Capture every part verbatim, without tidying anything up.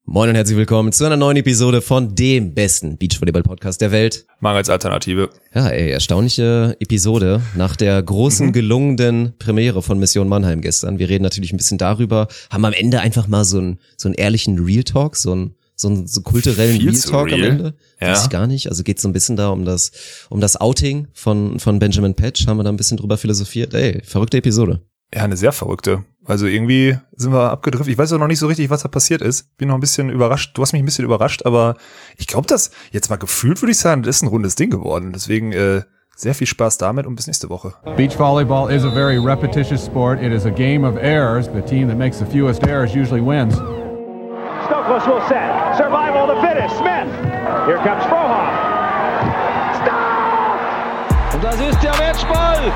Moin und herzlich willkommen zu einer neuen Episode von dem besten Beachvolleyball-Podcast der Welt. Mangels Alternative. Ja, ey, erstaunliche Episode nach der großen, mhm. gelungenen Premiere von Mission Mannheim gestern. Wir reden natürlich ein bisschen darüber, haben am Ende einfach mal so einen, so einen ehrlichen Real Talk, so einen, so einen so kulturellen Real Talk am Ende. Ja. Weiß ich gar nicht. Also geht's so ein bisschen da um das, um das Outing von, von Benjamin Patch. Haben wir da ein bisschen drüber philosophiert. Ey, verrückte Episode. Ja, eine sehr verrückte. Also irgendwie sind wir abgedriftet. Ich weiß auch noch nicht so richtig, was da passiert ist. Bin noch ein bisschen überrascht. Du hast mich ein bisschen überrascht, aber ich glaube, dass jetzt mal gefühlt, würde ich sagen, das ist ein rundes Ding geworden. Deswegen äh, sehr viel Spaß damit und bis nächste Woche. Beach volleyball is a very repetitious sport. It is a game of errors. The team that makes the fewest errors usually wins. Stokos will set. Survival of the fittest. Smith. Here comes Frohoff. Stop! Und das ist der Matchball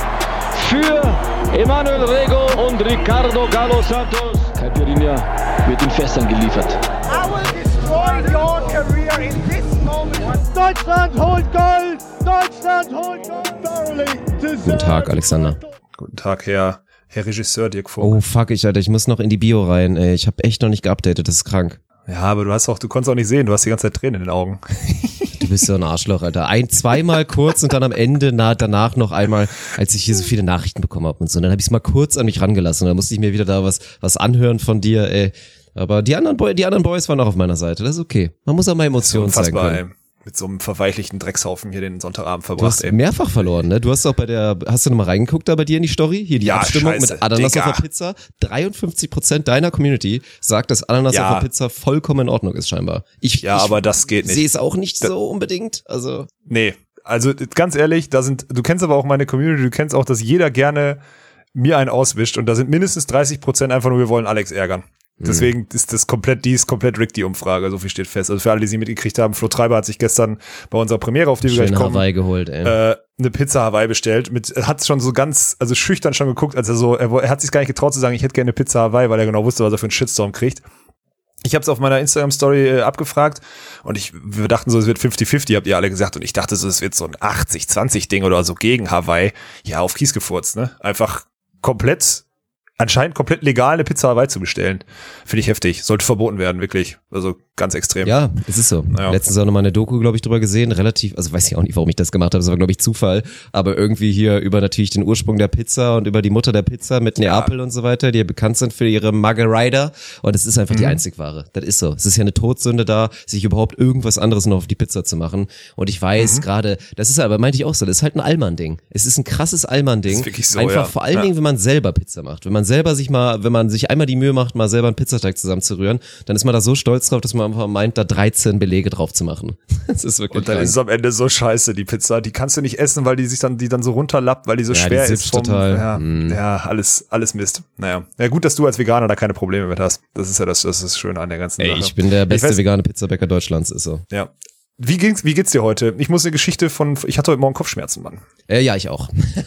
für Emanuel Rego und Ricardo Galo Santos. Caipirinha wird in Fässern geliefert. I will destroy your career in this moment. Deutschland holt Gold! Deutschland holt Gold! Thoroughly deserved. Guten Tag, Alexander. Guten Tag, Herr, Herr Regisseur Dirk Vogt. Oh fuck, ich, Alter, ich muss noch in die Bio rein. Ey. Ich habe echt noch nicht geupdatet, das ist krank. Ja, aber du hast auch, du konntest auch nicht sehen, du hast die ganze Zeit Tränen in den Augen. Du bist so ein Arschloch, Alter. Ein, zweimal kurz und dann am Ende, na, danach noch einmal, als ich hier so viele Nachrichten bekommen habe und so. Und dann habe ich es mal kurz an mich rangelassen. Und dann musste ich mir wieder da was, was anhören von dir, ey. Aber die anderen, Boy, die anderen Boys waren auch auf meiner Seite. Das ist okay. Man muss auch mal Emotionen zeigen können. Ey. Mit so einem verweichlichten Dreckshaufen hier den Sonntagabend verbracht. Du hast ey. mehrfach verloren, ne? Du hast auch bei der, hast du nochmal reingeguckt da bei dir in die Story? Hier die ja, Abstimmung scheiße, mit Ananas Digga. auf der Pizza. dreiundfünfzig Prozent deiner Community sagt, dass Ananas ja. auf der Pizza vollkommen in Ordnung ist scheinbar. Ich, ja, ich aber das geht nicht. Sehe es auch nicht da, so unbedingt. Also nee, also ganz ehrlich, da sind, du kennst aber auch meine Community, du kennst auch, dass jeder gerne mir einen auswischt und da sind mindestens dreißig Prozent einfach nur, wir wollen Alex ärgern. Deswegen ist das komplett, die ist komplett rigged, die Umfrage, so viel steht fest. Also für alle, die sie mitgekriegt haben, Flo Treiber hat sich gestern bei unserer Premiere, auf die wir schöne gleich kommen, Hawaii geholt, ey. Äh, eine Pizza Hawaii bestellt. Mit, hat schon so ganz, also schüchtern schon geguckt, als er so, er, er hat sich gar nicht getraut zu sagen, ich hätte gerne eine Pizza Hawaii, weil er genau wusste, was er für einen Shitstorm kriegt. Ich habe es auf meiner Instagram-Story äh, abgefragt und ich, wir dachten so, es wird fünfzig fünfzig, habt ihr alle gesagt, und ich dachte so, es wird so ein achtzig zwanzig Ding oder so gegen Hawaii. Ja, auf Kies gefurzt, ne? Einfach komplett anscheinend komplett legal eine Pizza Hawaii zu bestellen. Finde ich heftig. Sollte verboten werden, wirklich. Also ganz extrem. Ja, es ist so. Ja. Letztens auch nochmal eine Doku, glaube ich, drüber gesehen. Relativ, also weiß ich auch nicht, warum ich das gemacht habe. Das war, glaube ich, Zufall. Aber irgendwie hier über natürlich den Ursprung der Pizza und über die Mutter der Pizza mit Neapel ja. und so weiter, die ja bekannt sind für ihre Margarita. Und es ist einfach mhm. die Einzigware. Das ist so. Es ist ja eine Todsünde da, sich überhaupt irgendwas anderes noch auf die Pizza zu machen. Und ich weiß mhm. gerade, das ist aber, meinte ich auch so, das ist halt ein Allmann-Ding. Es ist ein krasses Allmann-Ding. Das ist wirklich so, einfach ja. vor allen ja. Dingen, wenn man selber Pizza macht. Wenn man selber sich mal, wenn man sich einmal die Mühe macht, mal selber einen Pizzateig zusammenzurühren, dann ist man da so stolz drauf, dass man einfach meint, da dreizehn Belege drauf zu machen. Das ist wirklich und dann krank. Ist es am Ende so scheiße, die Pizza. Die kannst du nicht essen, weil die sich dann, die dann so runterlappt, weil die so ja, schwer die ist. Vom, total. Ja, mm. ja, alles, alles Mist. Naja. Ja, gut, dass du als Veganer da keine Probleme mit hast. Das ist ja das, das ist das Schöne an der ganzen Ey, Sache. ich bin der beste weiß, vegane Pizzabäcker Deutschlands, ist so. Ja. Wie geht's, wie geht's dir heute? Ich muss eine Geschichte von, ich hatte heute Morgen Kopfschmerzen, Mann. Äh, ja, ich auch.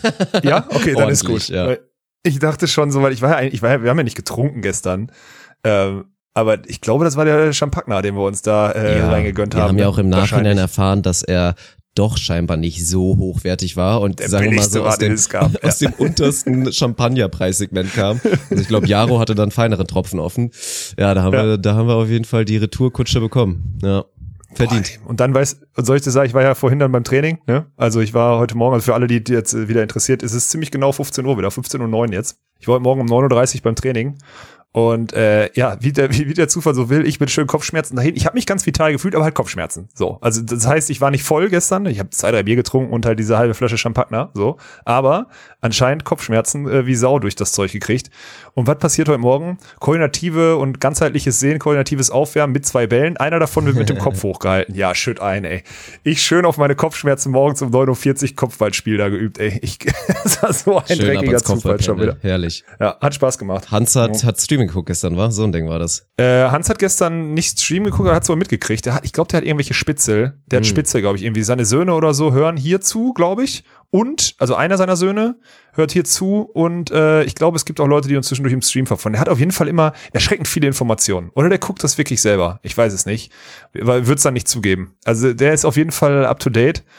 Ja? Okay, dann ist gut. Ja. Ich dachte schon so, weil ich war ja eigentlich, ich war ja, wir haben ja nicht getrunken gestern, ähm, aber ich glaube, das war der Champagner, den wir uns da äh, ja, reingegönnt wir haben. Wir haben ja auch im Nachhinein erfahren, dass er doch scheinbar nicht so hochwertig war und der sagen wir mal so aus, dem, gab, aus ja. dem untersten Champagnerpreissegment kam. Also ich glaube, Jaro hatte dann feineren Tropfen offen. Ja, da haben ja. wir, da haben wir auf jeden Fall die Retourkutsche bekommen. Ja. Verdient. Boah, und dann weiß, und soll ich dir sagen, ich war ja vorhin dann beim Training, ne? Also ich war heute Morgen, also für alle, die, die jetzt wieder interessiert, ist es ziemlich genau fünfzehn Uhr wieder, fünfzehn Uhr neun jetzt. Ich war heute Morgen um neun Uhr dreißig beim Training. Und äh, ja, wie der, wie, wie der Zufall so will, ich mit schönen Kopfschmerzen dahin. Ich habe mich ganz vital gefühlt, aber halt Kopfschmerzen. So, also das heißt, ich war nicht voll gestern. Ich habe zwei, drei Bier getrunken und halt diese halbe Flasche Champagner. So, aber anscheinend Kopfschmerzen äh, wie Sau durch das Zeug gekriegt. Und was passiert heute Morgen? Koordinative und ganzheitliches Sehen, koordinatives Aufwärmen mit zwei Bällen. Einer davon wird mit dem Kopf hochgehalten. Ja, schütt ein, ey. Ich schön auf meine Kopfschmerzen morgens um neun Uhr vierzig Kopfballspiel da geübt, ey. Ich, das war so ein schön dreckiger Zufall schon wieder. Herrlich. Ja, hat Spaß gemacht. Hans hat, ja. hat Streaming geguckt gestern, war? So ein Ding war das. Äh, Hans hat gestern nicht Stream geguckt, er hat es aber mitgekriegt. Der hat, ich glaube, der hat irgendwelche Spitzel. Der hat hm. Spitzel, glaube ich, irgendwie. Seine Söhne oder so hören hier zu, glaube ich. Und, also einer seiner Söhne hört hier zu und äh, ich glaube, es gibt auch Leute, die uns zwischendurch im Stream verfolgen. Der hat auf jeden Fall immer erschreckend viele Informationen. Oder der guckt das wirklich selber. Ich weiß es nicht. Weil würde es dann nicht zugeben. Also der ist auf jeden Fall up to date.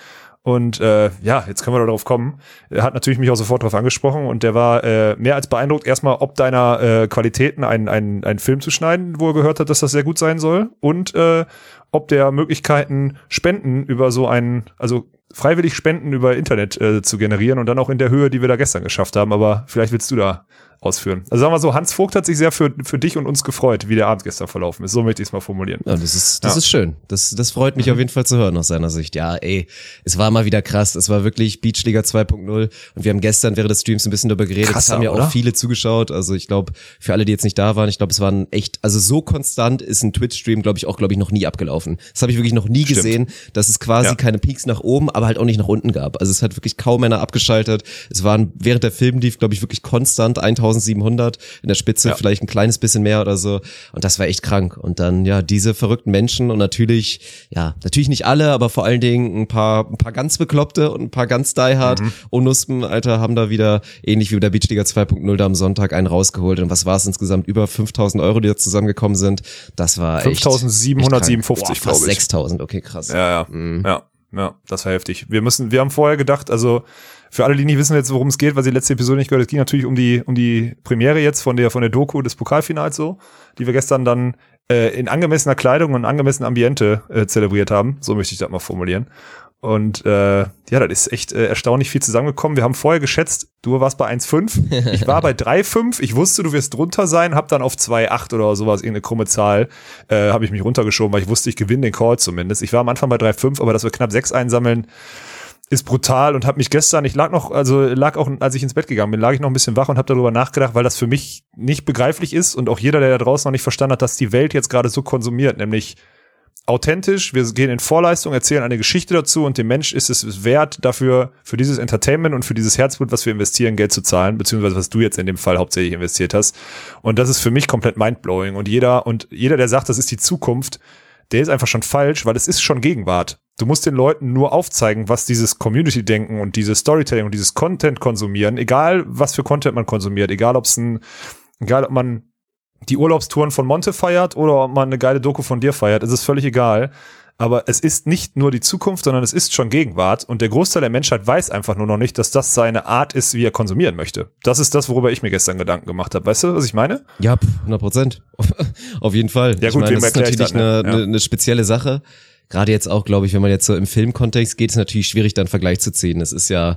Und äh, ja, jetzt können wir darauf kommen. Er hat natürlich mich auch sofort darauf angesprochen und der war äh, mehr als beeindruckt, erstmal ob deiner äh, Qualitäten, einen, einen, einen Film zu schneiden, wo er gehört hat, dass das sehr gut sein soll, und äh, ob der Möglichkeiten, Spenden über so einen, also freiwillig Spenden über Internet äh, zu generieren und dann auch in der Höhe, die wir da gestern geschafft haben. Aber vielleicht willst du da ausführen. Also sagen wir so, Hans Vogt hat sich sehr für, für dich und uns gefreut, wie der Abend gestern verlaufen ist. So möchte ich es mal formulieren. Ja, das ist, das ja. ist schön. Das, das freut mich mhm. auf jeden Fall zu hören aus seiner Sicht. Ja, ey, es war mal wieder krass. Es war wirklich Beachliga zwei Punkt null und wir haben gestern während des Streams ein bisschen darüber geredet. Krass, es haben ja auch viele zugeschaut. Also ich glaube, für alle, die jetzt nicht da waren, ich glaube, es waren echt, also so konstant ist ein Twitch-Stream, glaube ich, auch, glaube ich, noch nie abgelaufen. Das habe ich wirklich noch nie Stimmt. gesehen, dass es quasi ja. keine Peaks nach oben, aber halt auch nicht nach unten gab. Also es hat wirklich kaum einer abgeschaltet. Es waren während der Film lief, glaube ich, wirklich konstant eintausendsiebenhundert. In der Spitze ja. vielleicht ein kleines bisschen mehr oder so. Und das war echt krank. Und dann, ja, diese verrückten Menschen und natürlich, ja, natürlich nicht alle, aber vor allen Dingen ein paar, ein paar ganz Bekloppte und ein paar ganz diehard mhm. Onuspen, Alter, haben da wieder, ähnlich wie bei der Beachliga zwei Punkt null da am Sonntag einen rausgeholt. Und was war es insgesamt? Über fünftausend Euro, die da zusammengekommen sind. Das war echt fünftausendsiebenhundertsiebenundfünfzig, glaube ich. sechstausend, okay, krass. Ja, ja, mhm. ja. Ja, das war heftig. Wir müssen, wir haben vorher gedacht, also für alle, die nicht wissen jetzt, worum es geht, weil sie die letzte Episode nicht gehört, es ging natürlich um die um die Premiere jetzt von der von der Doku des Pokalfinals so, die wir gestern dann äh, in angemessener Kleidung und angemessenem Ambiente äh, zelebriert haben. So möchte ich das mal formulieren. Und äh, ja, das ist echt äh, erstaunlich viel zusammengekommen. Wir haben vorher geschätzt, du warst bei eins Komma fünf, ich war bei drei Komma fünf, ich wusste, du wirst drunter sein, hab dann auf zwei Komma acht oder sowas, irgendeine krumme Zahl, äh, habe ich mich runtergeschoben, weil ich wusste, ich gewinne den Call zumindest. Ich war am Anfang bei drei Komma fünf, aber dass wir knapp sechs einsammeln, ist brutal und habe mich gestern, ich lag noch, also lag auch, als ich ins Bett gegangen bin, lag ich noch ein bisschen wach und habe darüber nachgedacht, weil das für mich nicht begreiflich ist und auch jeder, der da draußen noch nicht verstanden hat, dass die Welt jetzt gerade so konsumiert, nämlich authentisch, wir gehen in Vorleistung, erzählen eine Geschichte dazu und dem Mensch ist es wert, dafür, für dieses Entertainment und für dieses Herzblut, was wir investieren, Geld zu zahlen, beziehungsweise was du jetzt in dem Fall hauptsächlich investiert hast. Und das ist für mich komplett mindblowing. Und jeder, und jeder, der sagt, das ist die Zukunft, der ist einfach schon falsch, weil es ist schon Gegenwart. Du musst den Leuten nur aufzeigen, was dieses Community-Denken und dieses Storytelling und dieses Content konsumieren, egal was für Content man konsumiert, egal ob es ein, egal ob man die Urlaubstouren von Monte feiert oder ob man eine geile Doku von dir feiert, ist es völlig egal. Aber es ist nicht nur die Zukunft, sondern es ist schon Gegenwart. Und der Großteil der Menschheit weiß einfach nur noch nicht, dass das seine Art ist, wie er konsumieren möchte. Das ist das, worüber ich mir gestern Gedanken gemacht habe. Weißt du, was ich meine? Ja, hundert Prozent. Auf jeden Fall. Ja gut, ich meine, das ist natürlich das, eine, ne? ja. eine, eine spezielle Sache. Gerade jetzt auch, glaube ich, wenn man jetzt so im Filmkontext geht, ist es natürlich schwierig, da einen Vergleich zu ziehen. Es ist ja,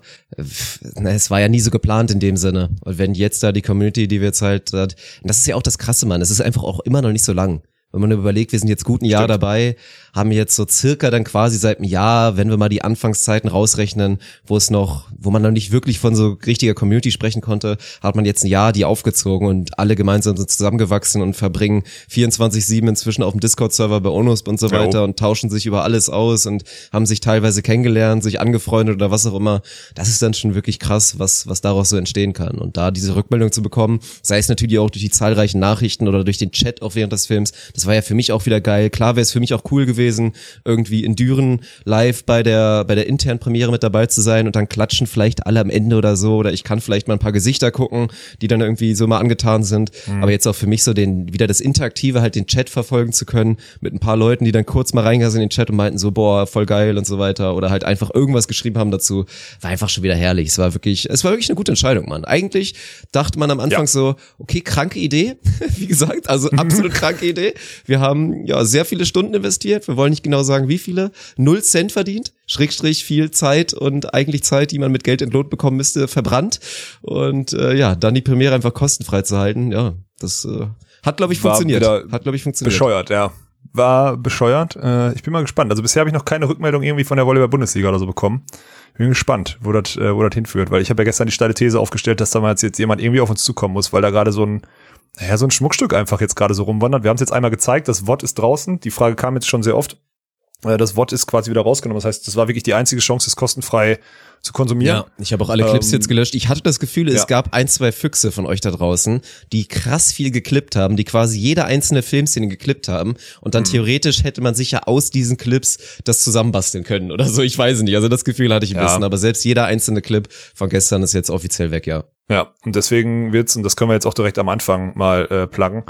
es war ja nie so geplant in dem Sinne. Und wenn jetzt da die Community, die wir jetzt halt, das ist ja auch das Krasse, Mann. Es ist einfach auch immer noch nicht so lang. Wenn man überlegt, wir sind jetzt gut ein Jahr Stimmt. dabei, haben jetzt so circa dann quasi seit einem Jahr, wenn wir mal die Anfangszeiten rausrechnen, wo es noch, wo man noch nicht wirklich von so richtiger Community sprechen konnte, hat man jetzt ein Jahr die aufgezogen und alle gemeinsam sind zusammengewachsen und verbringen vierundzwanzig sieben inzwischen auf dem Discord-Server bei Onusp und so weiter jo. und tauschen sich über alles aus und haben sich teilweise kennengelernt, sich angefreundet oder was auch immer. Das ist dann schon wirklich krass, was, was daraus so entstehen kann. Und da diese Rückmeldung zu bekommen, sei es natürlich auch durch die zahlreichen Nachrichten oder durch den Chat auch während des Films, das war ja für mich auch wieder geil. Klar wäre es für mich auch cool gewesen, irgendwie in Düren live bei der bei der internen Premiere mit dabei zu sein und dann klatschen vielleicht alle am Ende oder so oder ich kann vielleicht mal ein paar Gesichter gucken, die dann irgendwie so mal angetan sind. Mhm. Aber jetzt auch für mich so den wieder das Interaktive, halt den Chat verfolgen zu können mit ein paar Leuten, die dann kurz mal reingegangen sind in den Chat und meinten so, boah, voll geil und so weiter oder halt einfach irgendwas geschrieben haben dazu, war einfach schon wieder herrlich. Es war wirklich, es war wirklich eine gute Entscheidung, Mann. Eigentlich dachte man am Anfang ja. so, okay, kranke Idee, wie gesagt, also absolut kranke Idee. Wir haben ja sehr viele Stunden investiert. Wir wollen nicht genau sagen, wie viele. Null Cent verdient. Schrägstrich viel Zeit und eigentlich Zeit, die man mit Geld entlohnt bekommen müsste, verbrannt. Und äh, ja, dann die Premiere einfach kostenfrei zu halten. Ja, das äh, hat, glaube ich, funktioniert. Hat, glaube ich, funktioniert. Bescheuert, ja. War bescheuert. Äh, ich bin mal gespannt. Also bisher habe ich noch keine Rückmeldung irgendwie von der Volleyball-Bundesliga oder so bekommen. Bin gespannt, wo das, äh, wo das hinführt. Weil ich habe ja gestern die steile These aufgestellt, dass damals jetzt jemand irgendwie auf uns zukommen muss, weil da gerade so ein Naja, so ein Schmuckstück einfach jetzt gerade so rumwandert. Wir haben es jetzt einmal gezeigt, das V O D ist draußen. Die Frage kam jetzt schon sehr oft. Das V O D ist quasi wieder rausgenommen. Das heißt, das war wirklich die einzige Chance, es kostenfrei zu konsumieren. Ja, ich habe auch alle Clips ähm, jetzt gelöscht. Ich hatte das Gefühl, es ja. gab ein, zwei Füchse von euch da draußen, die krass viel geklippt haben, die quasi jede einzelne Filmszene geklippt haben und dann mhm. theoretisch hätte man sich ja aus diesen Clips das zusammenbasteln können oder so. Ich weiß nicht. Also das Gefühl hatte ich ein ja. bisschen. Aber selbst jeder einzelne Clip von gestern ist jetzt offiziell weg, ja. Ja, und deswegen wird's, und das können wir jetzt auch direkt am Anfang mal äh, pluggen,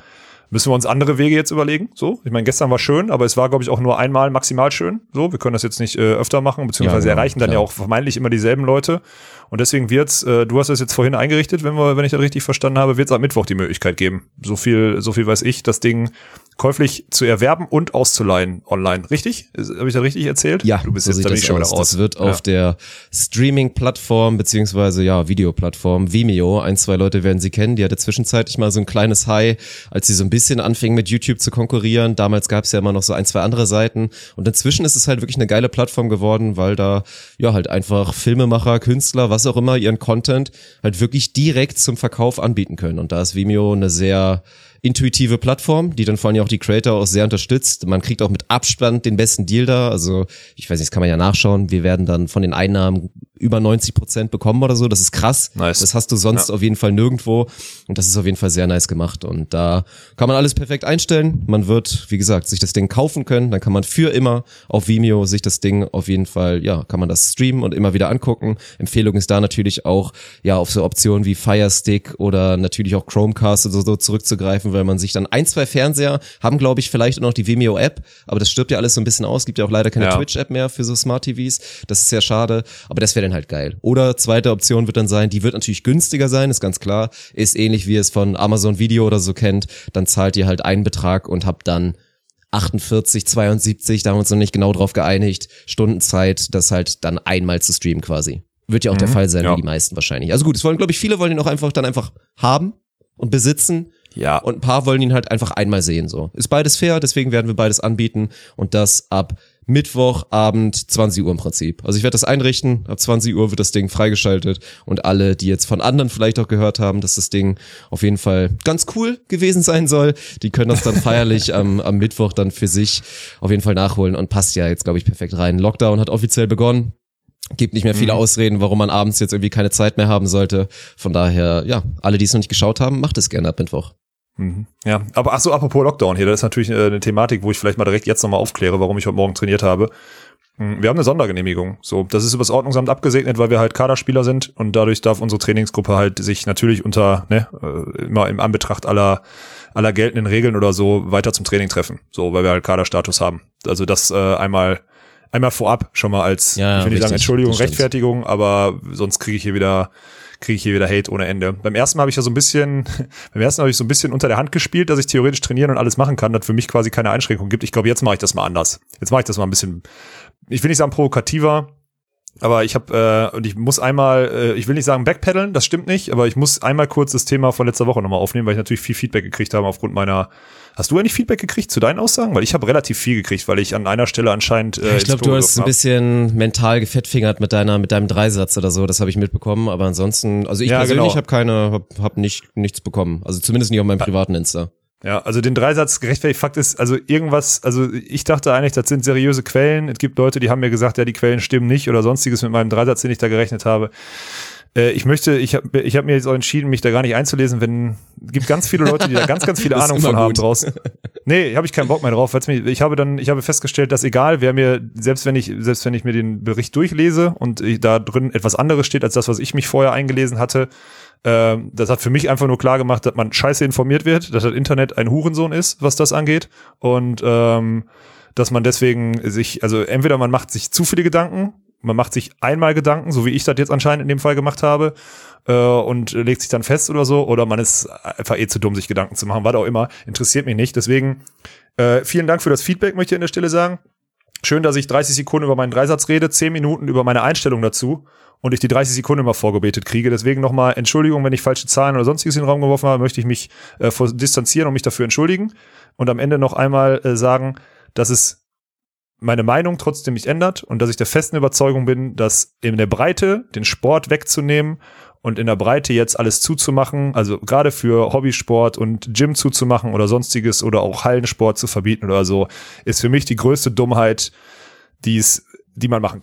Müssen wir uns andere Wege jetzt überlegen, so. Ich meine, gestern war schön, aber es war, glaube ich, auch nur einmal maximal schön, so. Wir können das jetzt nicht äh, öfter machen, beziehungsweise ja, genau, erreichen dann klar. ja auch vermeintlich immer dieselben Leute. Und deswegen wird's, äh, du hast das jetzt vorhin eingerichtet, wenn wir, wenn ich das richtig verstanden habe, wird's am Mittwoch die Möglichkeit geben. So viel, so viel weiß ich, das Ding käuflich zu erwerben und auszuleihen online. Richtig? Habe ich das richtig erzählt? Ja, du bist so jetzt sieht da das schon aus. wieder raus. Das wird ja. auf der Streaming-Plattform beziehungsweise ja Videoplattform Vimeo. Ein, zwei Leute werden sie kennen. Die hatte zwischenzeitlich mal so ein kleines High, als sie so ein bisschen anfing mit YouTube zu konkurrieren. Damals gab es ja immer noch so ein, zwei andere Seiten. Und inzwischen ist es halt wirklich eine geile Plattform geworden, weil da ja halt einfach Filmemacher, Künstler, was auch immer, ihren Content halt wirklich direkt zum Verkauf anbieten können. Und da ist Vimeo eine sehr intuitive Plattform, die dann vor allem auch die Creator auch sehr unterstützt. Man kriegt auch mit Abstand den besten Deal da. Also ich weiß nicht, das kann man ja nachschauen. Wir werden dann von den Einnahmen über neunzig Prozent bekommen oder so. Das ist krass. Nice. Das hast du sonst ja. auf jeden Fall nirgendwo. Und das ist auf jeden Fall sehr nice gemacht. Und da kann man alles perfekt einstellen. Man wird, wie gesagt, sich das Ding kaufen können. Dann kann man für immer auf Vimeo sich das Ding auf jeden Fall, ja, kann man das streamen und immer wieder angucken. Empfehlung ist da natürlich auch, ja, auf so Optionen wie Fire Stick oder natürlich auch Chromecast oder so zurückzugreifen, weil man sich dann ein, zwei Fernseher haben, glaube ich, vielleicht auch noch die Vimeo-App. Aber das stirbt ja alles so ein bisschen aus. Gibt ja auch leider keine ja. Twitch-App mehr für so Smart-T Vs. Das ist sehr schade. Aber das wäre dann halt geil. Oder zweite Option wird dann sein, die wird natürlich günstiger sein, ist ganz klar. Ist ähnlich wie ihr es von Amazon Video oder so kennt. Dann zahlt ihr halt einen Betrag und habt dann achtundvierzig, zweiundsiebzig, da haben wir uns noch nicht genau drauf geeinigt, Stunden Zeit, das halt dann einmal zu streamen quasi. Wird ja auch mhm. der Fall sein, ja. wie die meisten wahrscheinlich. Also gut, es wollen, glaube ich, viele wollen ihn auch einfach dann einfach haben und besitzen. Ja. Und ein paar wollen ihn halt einfach einmal sehen, so. Ist beides fair, deswegen werden wir beides anbieten und das ab Mittwochabend zwanzig Uhr im Prinzip. Also ich werde das einrichten, ab zwanzig Uhr wird das Ding freigeschaltet und alle, die jetzt von anderen vielleicht auch gehört haben, dass das Ding auf jeden Fall ganz cool gewesen sein soll, die können das dann feierlich am, am Mittwoch dann für sich auf jeden Fall nachholen und passt ja jetzt, glaube ich, perfekt rein. Lockdown hat offiziell begonnen. Gibt nicht mehr viele mhm. Ausreden, warum man abends jetzt irgendwie keine Zeit mehr haben sollte. Von daher, ja, alle, die es noch nicht geschaut haben, macht es gerne ab Mittwoch. Mhm. Ja, aber ach so, apropos Lockdown hier, das ist natürlich eine Thematik, wo ich vielleicht mal direkt jetzt nochmal aufkläre, warum ich heute Morgen trainiert habe. Wir haben eine Sondergenehmigung. So, das ist übers Ordnungsamt abgesegnet, weil wir halt Kaderspieler sind und dadurch darf unsere Trainingsgruppe halt sich natürlich unter, ne, immer im Anbetracht aller aller geltenden Regeln oder so weiter zum Training treffen. So, weil wir halt Kaderstatus haben. Also das äh, einmal einmal vorab schon mal als, ja, ich will nicht sagen Entschuldigung, bestimmt. Rechtfertigung, aber sonst kriege ich hier wieder kriege ich hier wieder Hate ohne Ende. Beim ersten Mal habe ich ja so ein bisschen, beim ersten Mal habe ich so ein bisschen unter der Hand gespielt, dass ich theoretisch trainieren und alles machen kann, dass für mich quasi keine Einschränkung gibt. Ich glaube, jetzt mache ich das mal anders. Jetzt mache ich das mal ein bisschen, ich will nicht sagen provokativer, aber ich habe, äh, und ich muss einmal, äh, ich will nicht sagen backpedalen, das stimmt nicht, aber ich muss einmal kurz das Thema von letzter Woche nochmal aufnehmen, weil ich natürlich viel Feedback gekriegt habe aufgrund meiner, hast du eigentlich Feedback gekriegt zu deinen Aussagen? Weil ich habe relativ viel gekriegt, weil ich an einer Stelle anscheinend äh, Ich glaube, du hast ein bisschen mental gefettfingert mit deiner, mit deinem Dreisatz oder so, das habe ich mitbekommen, aber ansonsten, also ich ja, persönlich genau. habe keine, habe hab nicht, nichts bekommen, also zumindest nicht auf meinem privaten Insta. Ja, also den Dreisatz gerechtfertigt, Fakt ist, also irgendwas, also ich dachte eigentlich, das sind seriöse Quellen. Es gibt Leute, die haben mir gesagt, ja, die Quellen stimmen nicht oder sonstiges mit meinem Dreisatz, den ich da gerechnet habe. Äh, ich möchte, ich habe ich hab mir jetzt auch entschieden, mich da gar nicht einzulesen, wenn, es gibt ganz viele Leute, die da ganz, ganz viele Ahnung von haben draußen. Nee, habe ich keinen Bock mehr drauf. Weil's mir, ich habe dann, ich habe festgestellt, dass egal, wer mir, selbst wenn ich, selbst wenn ich mir den Bericht durchlese und ich, da drin etwas anderes steht, als das, was ich mich vorher eingelesen hatte, Ähm, das hat für mich einfach nur klar gemacht, dass man scheiße informiert wird, dass das Internet ein Hurensohn ist, was das angeht und ähm, dass man deswegen sich, also entweder man macht sich zu viele Gedanken, man macht sich einmal Gedanken, so wie ich das jetzt anscheinend in dem Fall gemacht habe äh, und legt sich dann fest oder so, oder man ist einfach eh zu dumm, sich Gedanken zu machen, was auch immer, interessiert mich nicht. Deswegen äh, vielen Dank für das Feedback, möchte ich an der Stelle sagen. Schön, dass ich dreißig Sekunden über meinen Dreisatz rede, zehn Minuten über meine Einstellung dazu und ich die dreißig Sekunden immer vorgebetet kriege. Deswegen nochmal Entschuldigung, wenn ich falsche Zahlen oder sonstiges in den Raum geworfen habe, möchte ich mich äh, distanzieren und mich dafür entschuldigen. Und am Ende noch einmal äh, sagen, dass es meine Meinung trotzdem nicht ändert und dass ich der festen Überzeugung bin, dass in der Breite den Sport wegzunehmen und in der Breite jetzt alles zuzumachen, also gerade für Hobbysport und Gym zuzumachen oder sonstiges oder auch Hallensport zu verbieten oder so, ist für mich die größte Dummheit, die es, die man machen kann.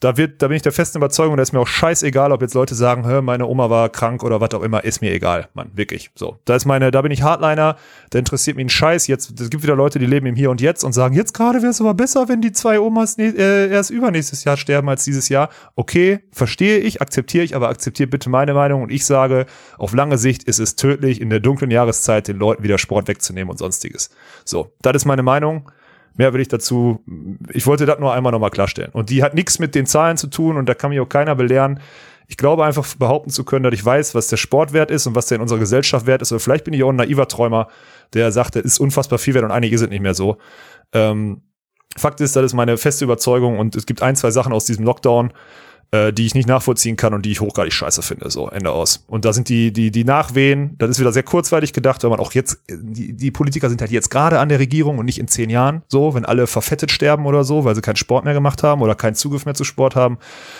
da wird, da bin ich der festen Überzeugung, da ist mir auch scheißegal, ob jetzt Leute sagen, hör, meine Oma war krank oder was auch immer, ist mir egal, Mann, wirklich. So, da ist meine, da bin ich Hardliner, da interessiert mich ein Scheiß. Jetzt, es gibt wieder Leute, die leben im Hier und Jetzt und sagen, jetzt gerade wäre es aber besser, wenn die zwei Omas ne, äh, erst übernächstes Jahr sterben als dieses Jahr. Okay, verstehe ich, akzeptiere ich, aber akzeptiert bitte meine Meinung und ich sage, auf lange Sicht ist es tödlich, in der dunklen Jahreszeit den Leuten wieder Sport wegzunehmen und sonstiges. So, das ist meine Meinung. Mehr will ich dazu, ich wollte das nur einmal nochmal klarstellen. Und die hat nichts mit den Zahlen zu tun und da kann mich auch keiner belehren. Ich glaube einfach behaupten zu können, dass ich weiß, was der Sport wert ist und was der in unserer Gesellschaft wert ist. Oder vielleicht bin ich auch ein naiver Träumer, der sagt, das ist unfassbar viel wert und eigentlich ist es nicht mehr so. Ähm, Fakt ist, das ist meine feste Überzeugung und es gibt ein, zwei Sachen aus diesem Lockdown, die ich nicht nachvollziehen kann und die ich hochgradig scheiße finde, so, Ende aus. Und da sind die, die, die Nachwehen, das ist wieder sehr kurzweilig gedacht, weil man auch jetzt, die, die Politiker sind halt jetzt gerade an der Regierung und nicht in zehn Jahren, so, wenn alle verfettet sterben oder so, weil sie keinen Sport mehr gemacht haben oder keinen Zugriff mehr zu Sport haben.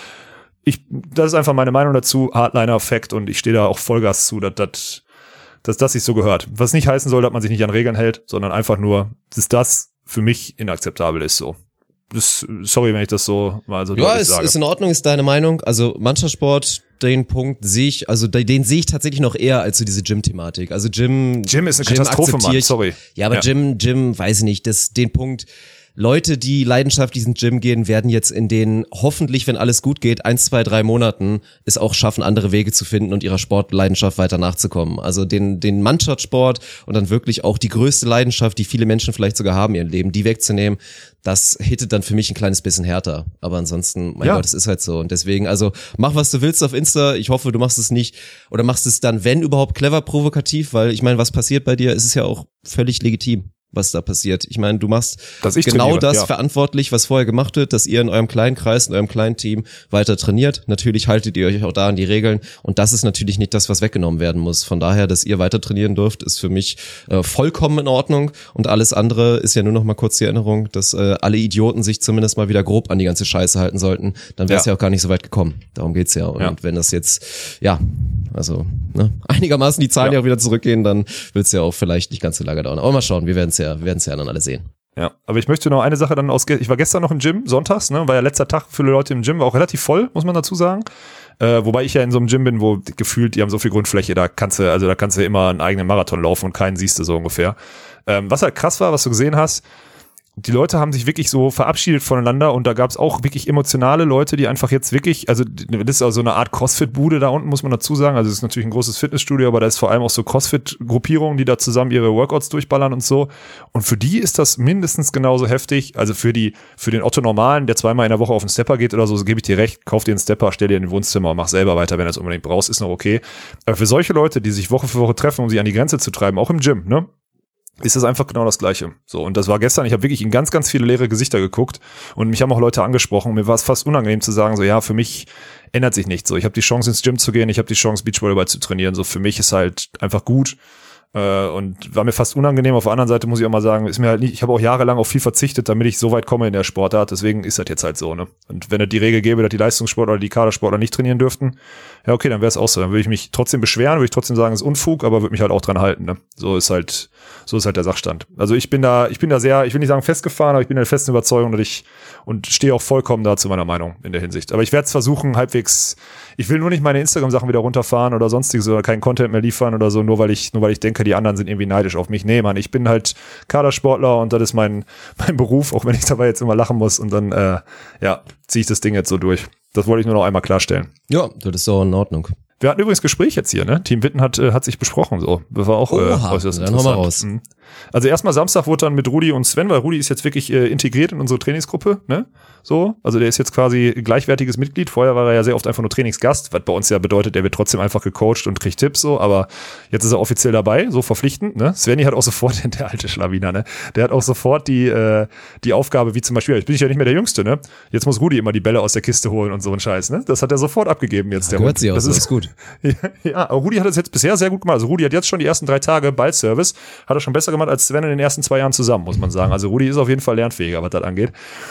Ich, das ist einfach meine Meinung dazu, Hardliner-Fact und ich stehe da auch Vollgas zu, dass das, dass das sich so gehört. Was nicht heißen soll, dass man sich nicht an Regeln hält, sondern einfach nur, dass das für mich inakzeptabel ist, so. Das, sorry, wenn ich das so mal so deutlich sage. Ja, ist in Ordnung, ist deine Meinung. Also Mannschaftssport, den Punkt sehe ich, also den sehe ich tatsächlich noch eher als so diese Gym-Thematik. Also Gym, Gym ist eine Gym Katastrophe, Mann, sorry. Ja, aber ja. Gym, Gym, weiß ich nicht, das, den Punkt, Leute, die leidenschaftlich ins Gym gehen, werden jetzt in den, hoffentlich, wenn alles gut geht, eins, zwei, drei Monaten es auch schaffen, andere Wege zu finden und ihrer Sportleidenschaft weiter nachzukommen. Also den, den Mannschaftssport und dann wirklich auch die größte Leidenschaft, die viele Menschen vielleicht sogar haben in ihrem Leben, die wegzunehmen, das hittet dann für mich ein kleines bisschen härter. Aber ansonsten, mein ja. Gott, es ist halt so. Und deswegen, also mach, was du willst auf Insta. Ich hoffe, du machst es nicht oder machst es dann, wenn überhaupt, clever provokativ, weil ich meine, was passiert bei dir, ist es ja auch völlig legitim, was da passiert. Ich meine, du machst genau trainiere, das ja. verantwortlich, was vorher gemacht wird, dass ihr in eurem kleinen Kreis, in eurem kleinen Team weiter trainiert. Natürlich haltet ihr euch auch da an die Regeln und das ist natürlich nicht das, was weggenommen werden muss. Von daher, dass ihr weiter trainieren dürft, ist für mich äh, vollkommen in Ordnung und alles andere ist ja nur noch mal kurz die Erinnerung, dass äh, alle Idioten sich zumindest mal wieder grob an die ganze Scheiße halten sollten. Dann wäre es ja. ja auch gar nicht so weit gekommen. Darum geht's ja. Und ja. wenn das jetzt, ja, also ne, einigermaßen die Zahlen ja. ja auch wieder zurückgehen, dann wird's ja auch vielleicht nicht ganz so lange dauern. Aber mal schauen, wir werden es ja Wir werden es ja dann alle sehen. Ja, aber ich möchte noch eine Sache dann aus, ich war gestern noch im Gym, sonntags, ne, war ja letzter Tag für Leute im Gym, war auch relativ voll, muss man dazu sagen. Äh, wobei ich ja in so einem Gym bin, wo gefühlt, die haben so viel Grundfläche, da kannst du, also da kannst du immer einen eigenen Marathon laufen und keinen siehst du so ungefähr. Ähm, was halt krass war, was du gesehen hast, die Leute haben sich wirklich so verabschiedet voneinander und da gab es auch wirklich emotionale Leute, die einfach jetzt wirklich, also das ist also eine Art Crossfit-Bude da unten, muss man dazu sagen, also es ist natürlich ein großes Fitnessstudio, aber da ist vor allem auch so Crossfit-Gruppierungen, die da zusammen ihre Workouts durchballern und so und für die ist das mindestens genauso heftig, also für die, für den Otto-Normalen, der zweimal in der Woche auf den Stepper geht oder so, so gebe ich dir recht, kauf dir einen Stepper, stell dir in den Wohnzimmer und mach selber weiter, wenn du es unbedingt brauchst, ist noch okay, aber für solche Leute, die sich Woche für Woche treffen, um sich an die Grenze zu treiben, auch im Gym, ne, ist das einfach genau das Gleiche. So, und das war gestern, ich habe wirklich in ganz, ganz viele leere Gesichter geguckt und mich haben auch Leute angesprochen und mir war es fast unangenehm zu sagen, so ja, für mich ändert sich nichts. So, ich habe die Chance ins Gym zu gehen, ich habe die Chance Beachvolleyball zu trainieren, so für mich ist halt einfach gut. Und war mir fast unangenehm. Auf der anderen Seite muss ich auch mal sagen, ist mir halt nicht, ich habe auch jahrelang auf viel verzichtet, damit ich so weit komme in der Sportart. Deswegen ist das jetzt halt so, ne? Und wenn es die Regel gäbe, dass die Leistungssportler oder die Kadersportler nicht trainieren dürften, ja okay, dann wäre es auch so. Dann würde ich mich trotzdem beschweren, würde ich trotzdem sagen, es ist Unfug, aber würde mich halt auch dran halten, ne? So ist halt, so ist halt der Sachstand. Also ich bin da, ich bin da sehr, ich will nicht sagen festgefahren, aber ich bin der festen Überzeugung, dass ich und stehe auch vollkommen da zu meiner Meinung in der Hinsicht. Aber ich werde es versuchen, halbwegs, ich will nur nicht meine Instagram-Sachen wieder runterfahren oder sonstiges oder keinen Content mehr liefern oder so, nur weil ich, nur weil ich denke, die anderen sind irgendwie neidisch auf mich. Nee, Mann, ich bin halt Kadersportler und das ist mein, mein Beruf, auch wenn ich dabei jetzt immer lachen muss und dann, äh, ja, ziehe ich das Ding jetzt so durch. Das wollte ich nur noch einmal klarstellen. Ja, das ist so in Ordnung. Wir hatten übrigens Gespräch jetzt hier, ne? Team Witten hat, äh, hat sich besprochen, so. Das war auch äh, äußerst interessant. Dann hau mal raus. Mhm. Also erstmal Samstag wurde dann mit Rudi und Sven, weil Rudi ist jetzt wirklich äh, integriert in unsere Trainingsgruppe, ne? So, also der ist jetzt quasi gleichwertiges Mitglied. Vorher war er ja sehr oft einfach nur Trainingsgast, was bei uns ja bedeutet, der wird trotzdem einfach gecoacht und kriegt Tipps, so, aber jetzt ist er offiziell dabei, so verpflichtend, ne? Svenny hat auch sofort, der alte Schlawiner, ne? Der hat auch sofort die, äh, die Aufgabe, wie zum Beispiel, jetzt bin ich ja nicht mehr der Jüngste, ne? Jetzt muss Rudi immer die Bälle aus der Kiste holen und so ein Scheiß, ne? Das hat er sofort abgegeben jetzt, ja, der Hund. Sie auch, das ist, ist gut. Ja, ja, aber Rudi hat das jetzt bisher sehr gut gemacht. Also Rudi hat jetzt schon die ersten drei Tage Ballservice, hat er schon besser gemacht als Sven in den ersten zwei Jahren zusammen, muss man sagen. Also Rudi ist auf jeden Fall lernfähiger, was das angeht.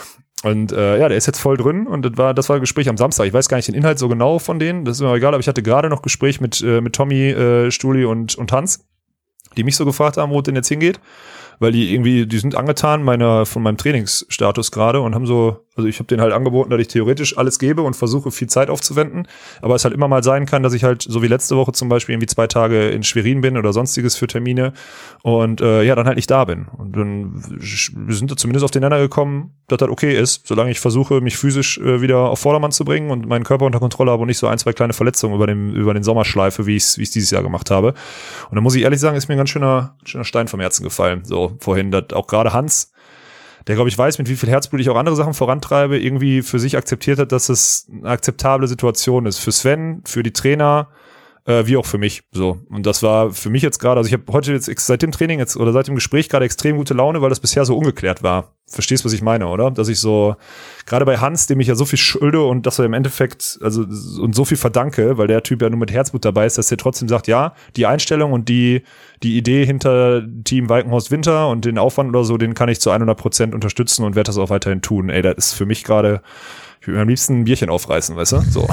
Und äh, ja, der ist jetzt voll drin und das war das war ein Gespräch am Samstag. Ich weiß gar nicht den Inhalt so genau von denen, das ist mir egal, aber ich hatte gerade noch Gespräch mit äh, mit Tommy, äh, Stuli und und Hans, die mich so gefragt haben, wo es denn jetzt hingeht, weil die irgendwie, die sind angetan meiner von meinem Trainingsstatus gerade und haben so Also ich habe denen halt angeboten, dass ich theoretisch alles gebe und versuche, viel Zeit aufzuwenden. Aber es halt immer mal sein kann, dass ich halt, so wie letzte Woche zum Beispiel, irgendwie zwei Tage in Schwerin bin oder sonstiges für Termine und äh, ja, dann halt nicht da bin. Und dann wir sind da zumindest auf den Nenner gekommen, dass das okay ist, solange ich versuche, mich physisch äh, wieder auf Vordermann zu bringen und meinen Körper unter Kontrolle habe und nicht so ein, zwei kleine Verletzungen über den, über den Sommer schleife, wie ich es wie ich es dieses Jahr gemacht habe. Und dann muss ich ehrlich sagen, ist mir ein ganz schöner, schöner Stein vom Herzen gefallen. So vorhin, dass auch gerade Hans, der, glaube ich, weiß, mit wie viel Herzblut ich auch andere Sachen vorantreibe, irgendwie für sich akzeptiert hat, dass es eine akzeptable Situation ist. Für Sven, für die Trainer, äh, wie auch für mich. So. Und das war für mich jetzt gerade, also ich habe heute jetzt seit dem Training jetzt oder seit dem Gespräch gerade extrem gute Laune, weil das bisher so ungeklärt war. Verstehst, was ich meine, oder? Dass ich so, gerade bei Hans, dem ich ja so viel schulde und dass er im Endeffekt, also und so viel verdanke, weil der Typ ja nur mit Herzblut dabei ist, dass er trotzdem sagt, ja, die Einstellung und die die Idee hinter Team Walkenhorst Winter und den Aufwand oder so, den kann ich zu hundert Prozent unterstützen und werde das auch weiterhin tun. Ey, das ist für mich gerade, ich würde mir am liebsten ein Bierchen aufreißen, weißt du? So.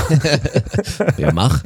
Ja, mach.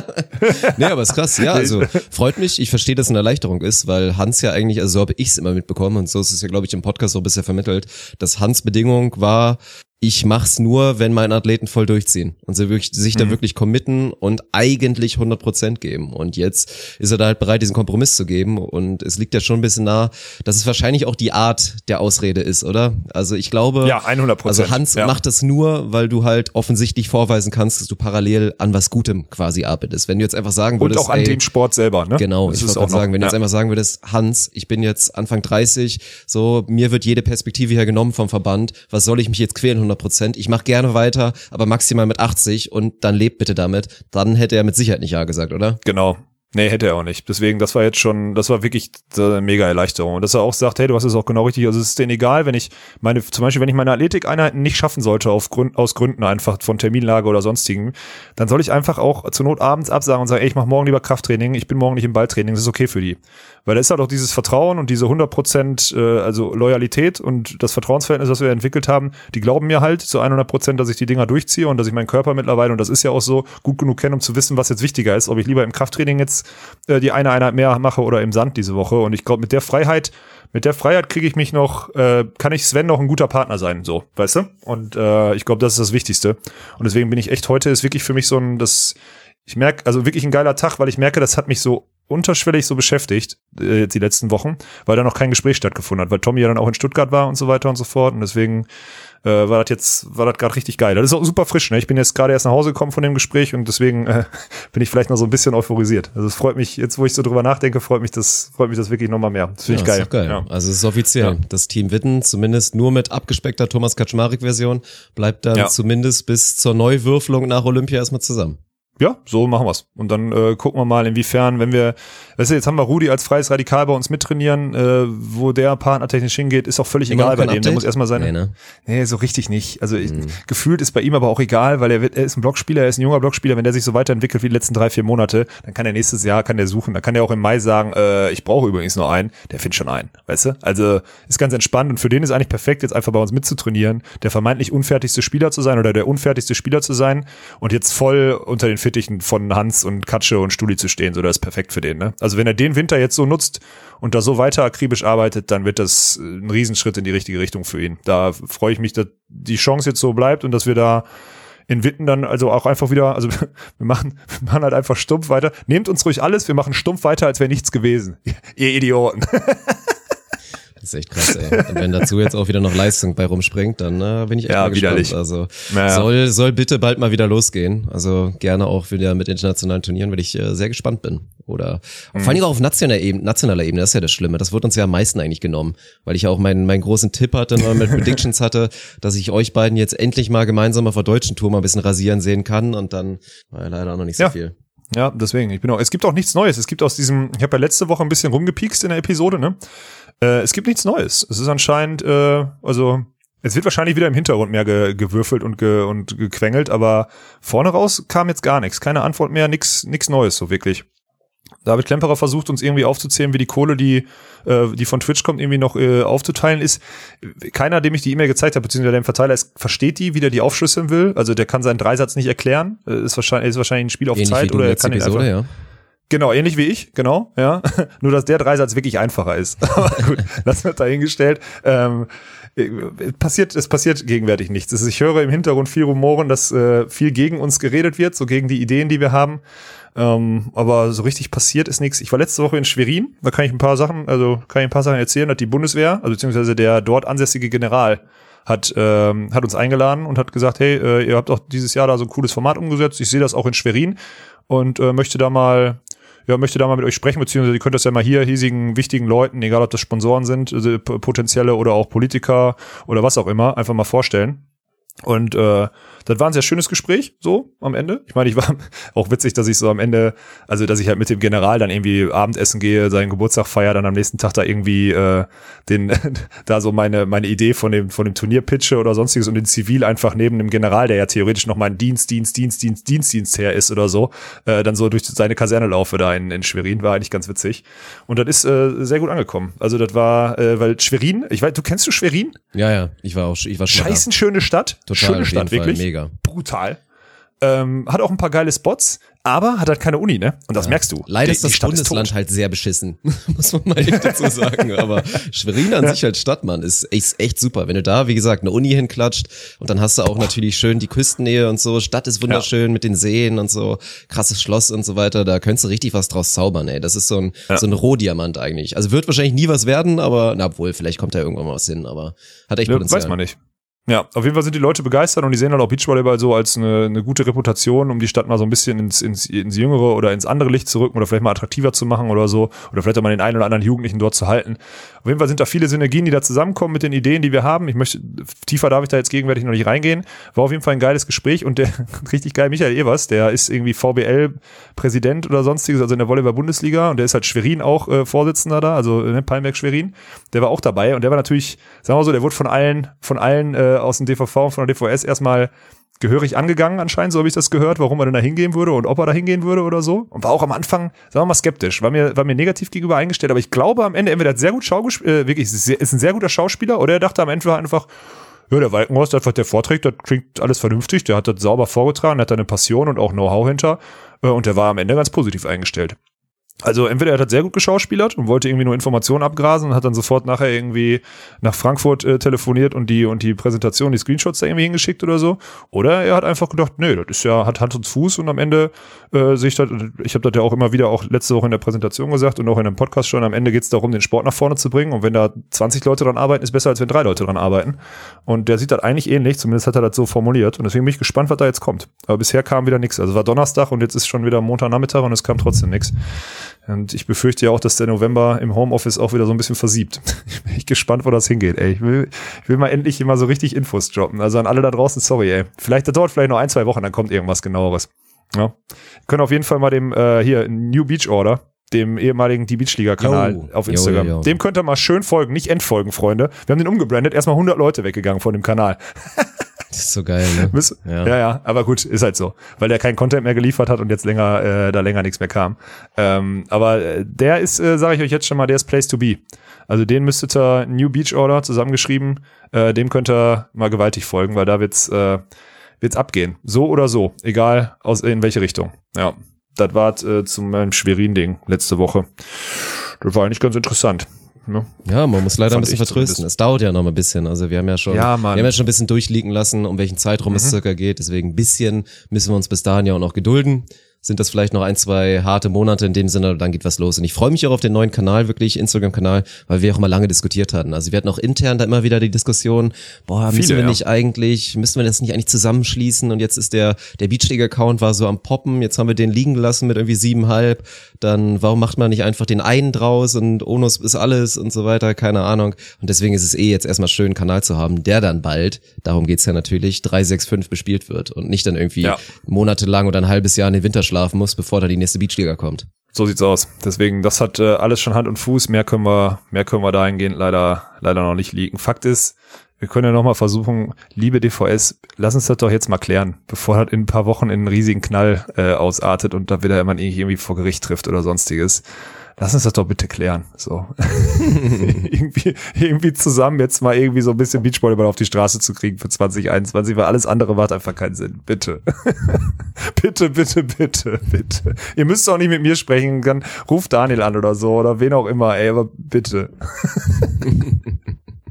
Nee, aber ist krass. Ja, also freut mich. Ich verstehe, dass es eine Erleichterung ist, weil Hans ja eigentlich, also so habe ich es immer mitbekommen und so ist es ja, glaube ich, im Podcast auch bisher vermittelt, dass Hans Bedingung war, ich mach's nur, wenn meine Athleten voll durchziehen und sie wirklich, sich mhm. da wirklich committen und eigentlich hundert Prozent geben. Und jetzt ist er da halt bereit, diesen Kompromiss zu geben. Und es liegt ja schon ein bisschen nah, dass es wahrscheinlich auch die Art der Ausrede ist, oder? Also ich glaube, ja, hundert Prozent. Also Hans ja. macht das nur, weil du halt offensichtlich vorweisen kannst, dass du parallel an was Gutem quasi arbeitest. Wenn du jetzt einfach sagen würdest, und auch an ey, dem Sport selber, ne? Genau, das ich wollte gerade sagen, wenn ja. du jetzt einfach sagen würdest, Hans, ich bin jetzt Anfang dreißig, so, mir wird jede Perspektive hier genommen vom Verband, was soll ich mich jetzt quälen, hundert Prozent? Ich mache gerne weiter, aber maximal mit achtzig und dann lebt bitte damit, dann hätte er mit Sicherheit nicht Ja gesagt, oder? Genau. Nee, hätte er auch nicht. Deswegen, das war jetzt schon, das war wirklich eine mega Erleichterung. Und dass er auch sagt, hey, du hast es auch genau richtig, also es ist denen egal, wenn ich meine, zum Beispiel, wenn ich meine Athletikeinheiten nicht schaffen sollte, auf Grund, aus Gründen einfach von Terminlage oder sonstigen, dann soll ich einfach auch zur Not abends absagen und sagen, ey, ich mache morgen lieber Krafttraining, ich bin morgen nicht im Balltraining, das ist okay für die. Weil da ist halt auch dieses Vertrauen und diese hundert Prozent, äh, also Loyalität und das Vertrauensverhältnis, das wir entwickelt haben, die glauben mir halt zu hundert Prozent, dass ich die Dinger durchziehe und dass ich meinen Körper mittlerweile, und das ist ja auch so, gut genug kenne, um zu wissen, was jetzt wichtiger ist, ob ich lieber im Krafttraining jetzt äh, die eine Einheit mehr mache oder im Sand diese Woche. Und ich glaube, mit der Freiheit, mit der Freiheit kriege ich mich noch, äh, kann ich Sven noch ein guter Partner sein, so, weißt du? Und äh, ich glaube, das ist das Wichtigste. Und deswegen bin ich echt, heute ist wirklich für mich so ein, das, ich merke, also wirklich ein geiler Tag, weil ich merke, das hat mich so unterschwellig so beschäftigt, äh, jetzt die letzten Wochen, weil da noch kein Gespräch stattgefunden hat, weil Tommy ja dann auch in Stuttgart war und so weiter und so fort. Und deswegen äh, war das jetzt, war das gerade richtig geil. Das ist auch super frisch, ne? Ich bin jetzt gerade erst nach Hause gekommen von dem Gespräch und deswegen äh, bin ich vielleicht noch so ein bisschen euphorisiert. Also es freut mich, jetzt wo ich so drüber nachdenke, freut mich das, freut mich das wirklich nochmal mehr. Das finde ja, ich geil. Ist geil. Ja. Also es ist offiziell. Ja. Das Team Witten, zumindest nur mit abgespeckter Thomas Kaczmarek-Version, bleibt dann ja. zumindest bis zur Neuwürfelung nach Olympia erstmal zusammen. Ja, so machen wir's. Und dann äh, gucken wir mal, inwiefern, wenn wir, weißt du, jetzt haben wir Rudi als freies Radikal bei uns mittrainieren, äh, wo der partnertechnisch hingeht, ist auch völlig Immer egal bei dem. Update? Der muss erstmal seine. Nee, ne? Nee, so richtig nicht. Also ich, Mhm. gefühlt ist bei ihm aber auch egal, weil er, wird, er ist ein Blockspieler, er ist ein junger Blockspieler. Wenn der sich so weiterentwickelt wie die letzten drei, vier Monate, dann kann er nächstes Jahr, kann der suchen. Dann kann der auch im Mai sagen, äh, ich brauche übrigens noch einen. Der findet schon einen, weißt du? Also ist ganz entspannt und für den ist eigentlich perfekt, jetzt einfach bei uns mitzutrainieren, der vermeintlich unfertigste Spieler zu sein oder der unfertigste Spieler zu sein und jetzt voll unter den Fittichen von Hans und Katsche und Stuli zu stehen, so, das ist perfekt für den, ne? Also wenn er den Winter jetzt so nutzt und da so weiter akribisch arbeitet, dann wird das ein Riesenschritt in die richtige Richtung für ihn. Da freue ich mich, dass die Chance jetzt so bleibt und dass wir da in Witten dann also auch einfach wieder, also wir machen, wir machen halt einfach stumpf weiter. Nehmt uns ruhig alles, wir machen stumpf weiter, als wäre nichts gewesen. Ihr Idioten. Das ist echt krass, ey. Und wenn dazu jetzt auch wieder noch Leistung bei rumspringt, dann äh, bin ich echt ja, mal gespannt. widerlich. Also naja. soll soll bitte bald mal wieder losgehen. Also gerne auch wieder mit internationalen Turnieren, weil ich äh, sehr gespannt bin. Oder mhm. vor allem auch auf nationaler Ebene, nationaler Ebene, das ist ja das Schlimme. Das wird uns ja am meisten eigentlich genommen, weil ich ja auch meinen meinen großen Tipp hatte, mal mit Predictions hatte, dass ich euch beiden jetzt endlich mal gemeinsam auf der deutschen Tour mal ein bisschen rasieren sehen kann und dann war ja leider auch noch nicht so ja. viel. Ja, deswegen, ich bin auch, es gibt auch nichts Neues. Es gibt aus diesem, ich habe ja letzte Woche ein bisschen rumgepiekst in der Episode, ne? Äh, es gibt nichts Neues. Es ist anscheinend, äh, also, es wird wahrscheinlich wieder im Hintergrund mehr ge- gewürfelt und, ge- und gequengelt, aber vorne raus kam jetzt gar nichts. Keine Antwort mehr, nix, nix Neues, so wirklich. David Klemperer versucht uns irgendwie aufzuzählen, wie die Kohle, die äh, die von Twitch kommt, irgendwie noch äh, aufzuteilen ist. Keiner, dem ich die E-Mail gezeigt habe, beziehungsweise dem Verteiler ist, versteht die, wie der die aufschlüsseln will. Also der kann seinen Dreisatz nicht erklären. Äh, ist wahrscheinlich ist wahrscheinlich ein Spiel auf Ähnlich Zeit oder er kann ihn einfach. Ja. Genau, ähnlich wie ich, genau, ja. Nur, dass der Dreisatz wirklich einfacher ist. Aber gut, lassen wir dahingestellt. Ähm, passiert, es passiert gegenwärtig nichts. Es ist, ich höre im Hintergrund viel Rumoren, dass äh, viel gegen uns geredet wird, so gegen die Ideen, die wir haben. Ähm, aber so richtig passiert ist nichts. Ich war letzte Woche in Schwerin, da kann ich ein paar Sachen, also kann ich ein paar Sachen erzählen, hat die Bundeswehr, also beziehungsweise der dort ansässige General hat ähm, hat uns eingeladen und hat gesagt, hey, äh, ihr habt auch dieses Jahr da so ein cooles Format umgesetzt. Ich sehe das auch in Schwerin und äh, möchte da mal Ja, möchte da mal mit euch sprechen, beziehungsweise ihr könnt das ja mal hier hiesigen, wichtigen Leuten, egal ob das Sponsoren sind, also potenzielle oder auch Politiker oder was auch immer, einfach mal vorstellen. Und äh, das war ein sehr schönes Gespräch, so am Ende. Ich meine, ich war auch witzig, dass ich so am Ende, also dass ich halt mit dem General dann irgendwie Abendessen gehe, seinen Geburtstag feiere, dann am nächsten Tag da irgendwie äh, den da so meine meine Idee von dem von dem Turnier pitche oder sonstiges und den Zivil einfach neben dem General, der ja theoretisch noch mein Dienst, Dienst, Dienst, Dienst, Dienst, Dienst her ist oder so, äh, dann so durch seine Kaserne laufe da in, in Schwerin, war eigentlich ganz witzig. Und das ist äh, sehr gut angekommen. Also das war, äh, weil Schwerin, ich weiß, du kennst du Schwerin? Ja, ja, ich war auch, ich war schon Scheißen schöne Stadt. Total, schöne Stadt, wirklich. Fall, mega. Brutal. Ähm, hat auch ein paar geile Spots, aber hat halt keine Uni, ne? Und das ja. merkst du. Leider die, ist das die Bundesland ist halt sehr beschissen, muss man mal echt dazu sagen. Aber Schwerin an ja. sich als Stadt, Mann, ist echt, echt super. Wenn du da, wie gesagt, eine Uni hinklatscht und dann hast du auch Boah. natürlich schön die Küstennähe und so. Stadt ist wunderschön ja. mit den Seen und so. Krasses Schloss und so weiter. Da könntest du richtig was draus zaubern, ey. Das ist so ein, ja. so ein Rohdiamant eigentlich. Also wird wahrscheinlich nie was werden, aber, na, obwohl, vielleicht kommt da irgendwann mal was hin, aber hat echt ja, Potenzial. Weiß man nicht. Ja, auf jeden Fall sind die Leute begeistert und die sehen dann auch Beachvolleyball so als eine, eine gute Reputation, um die Stadt mal so ein bisschen ins, ins, ins jüngere oder ins andere Licht zu rücken oder vielleicht mal attraktiver zu machen oder so oder vielleicht auch mal den einen oder anderen Jugendlichen dort zu halten. Auf jeden Fall sind da viele Synergien, die da zusammenkommen mit den Ideen, die wir haben. Ich möchte, tiefer darf ich da jetzt gegenwärtig noch nicht reingehen. War auf jeden Fall ein geiles Gespräch und der richtig geil Michael Evers, der ist irgendwie V B L-Präsident oder sonstiges, also in der Volleyball-Bundesliga und der ist halt Schwerin auch äh, Vorsitzender da, also ne, Palmberg Schwerin. Der war auch dabei und der war natürlich, sagen wir so, der wurde von allen, von allen äh, aus dem D V V und von der D V S erstmal gehörig angegangen anscheinend, so habe ich das gehört, warum er denn da hingehen würde und ob er da hingehen würde oder so. Und war auch am Anfang, sagen wir mal, skeptisch, war mir, war mir negativ gegenüber eingestellt, aber ich glaube am Ende, entweder hat sehr gut Schauspieler, äh, wirklich, ist, sehr, ist ein sehr guter Schauspieler oder er dachte am Ende einfach, ja, der Walkenhorst, einfach der vorträgt, das klingt alles vernünftig, der hat das sauber vorgetragen, hat da eine Passion und auch Know-how hinter äh, und der war am Ende ganz positiv eingestellt. Also entweder er hat sehr gut geschauspielert und wollte irgendwie nur Informationen abgrasen und hat dann sofort nachher irgendwie nach Frankfurt äh, telefoniert und die und die Präsentation, die Screenshots da irgendwie hingeschickt oder so. Oder er hat einfach gedacht, nee, das ist ja, hat Hand und Fuß und am Ende äh, sehe ich das, ich habe das ja auch immer wieder auch letzte Woche in der Präsentation gesagt und auch in einem Podcast schon, am Ende geht es darum, den Sport nach vorne zu bringen und wenn da zwanzig Leute dran arbeiten, ist besser, als wenn drei Leute dran arbeiten. Und der sieht das eigentlich ähnlich, zumindest hat er das so formuliert und deswegen bin ich gespannt, was da jetzt kommt. Aber bisher kam wieder nichts. Also war Donnerstag und jetzt ist schon wieder Montagnachmittag und es kam trotzdem nichts. Und ich befürchte ja auch, dass der November im Homeoffice auch wieder so ein bisschen versiebt. Ich bin echt gespannt, wo das hingeht, ey. Ich will, ich will mal endlich immer so richtig Infos droppen. Also an alle da draußen, sorry, ey. Vielleicht, das dauert vielleicht noch ein, zwei Wochen, dann kommt irgendwas Genaueres. Ja. Wir können auf jeden Fall mal dem, äh, hier, New Beach Order, dem ehemaligen Die Beach Liga Kanal auf Instagram. Yo, yo, yo. Dem könnt ihr mal schön folgen, nicht entfolgen, Freunde. Wir haben den umgebrandet, erstmal hundert Leute weggegangen von dem Kanal. Das ist so geil, ne? Bis, ja. ja, ja, aber gut, ist halt so. Weil der keinen Content mehr geliefert hat und jetzt länger, äh, da länger nichts mehr kam. Ähm, aber äh, der ist, äh, sage ich euch jetzt schon mal, der ist Place to be. Also den müsstet ihr, New Beach Order, zusammengeschrieben, äh, dem könnt ihr mal gewaltig folgen, weil da wird's, äh, wird's abgehen. So oder so, egal aus in welche Richtung. Ja, das war äh, zu meinem Schwerin-Ding letzte Woche. Das war eigentlich ganz interessant. Ne? Ja, man muss leider Fand ein bisschen vertrösten. Es dauert ja noch mal ein bisschen. Also wir haben ja schon, ja, wir haben ja schon ein bisschen durchliegen lassen, um welchen Zeitraum mhm. es circa geht. Deswegen ein bisschen müssen wir uns bis dahin ja auch noch gedulden. Sind das vielleicht noch ein, zwei harte Monate in dem Sinne, dann geht was los. Und ich freue mich auch auf den neuen Kanal, wirklich, Instagram-Kanal, weil wir auch mal lange diskutiert hatten. Also wir hatten auch intern da immer wieder die Diskussion, boah, müssen Viele, wir nicht ja. eigentlich, müssen wir das nicht eigentlich zusammenschließen? Und jetzt ist der, der Beachleague-Account war so am Poppen, jetzt haben wir den liegen gelassen mit irgendwie siebenhalb. Dann, warum macht man nicht einfach den einen draus und Onus ist alles und so weiter, keine Ahnung. Und deswegen ist es eh jetzt erstmal schön, einen Kanal zu haben, der dann bald, darum geht's ja natürlich, drei sechs fünf bespielt wird und nicht dann irgendwie ja. monatelang oder ein halbes Jahr in den Winter schlafen muss, bevor da die nächste Beachliga kommt. So sieht's aus. Deswegen, das hat äh, alles schon Hand und Fuß. Mehr können wir, mehr können wir dahingehend leider, leider noch nicht liegen. Fakt ist, wir können ja noch mal versuchen, liebe D V S, lass uns das doch jetzt mal klären, bevor das in ein paar Wochen in einen riesigen Knall äh, ausartet und da wieder jemand irgendwie vor Gericht trifft oder sonstiges. Lass uns das doch bitte klären. So. irgendwie, irgendwie zusammen jetzt mal irgendwie so ein bisschen Beachvolleyball auf die Straße zu kriegen für zwanzig einundzwanzig, weil alles andere macht einfach keinen Sinn. Bitte. bitte, bitte, bitte, bitte. Ihr müsst auch nicht mit mir sprechen, dann ruft Daniel an oder so oder wen auch immer, ey, aber bitte.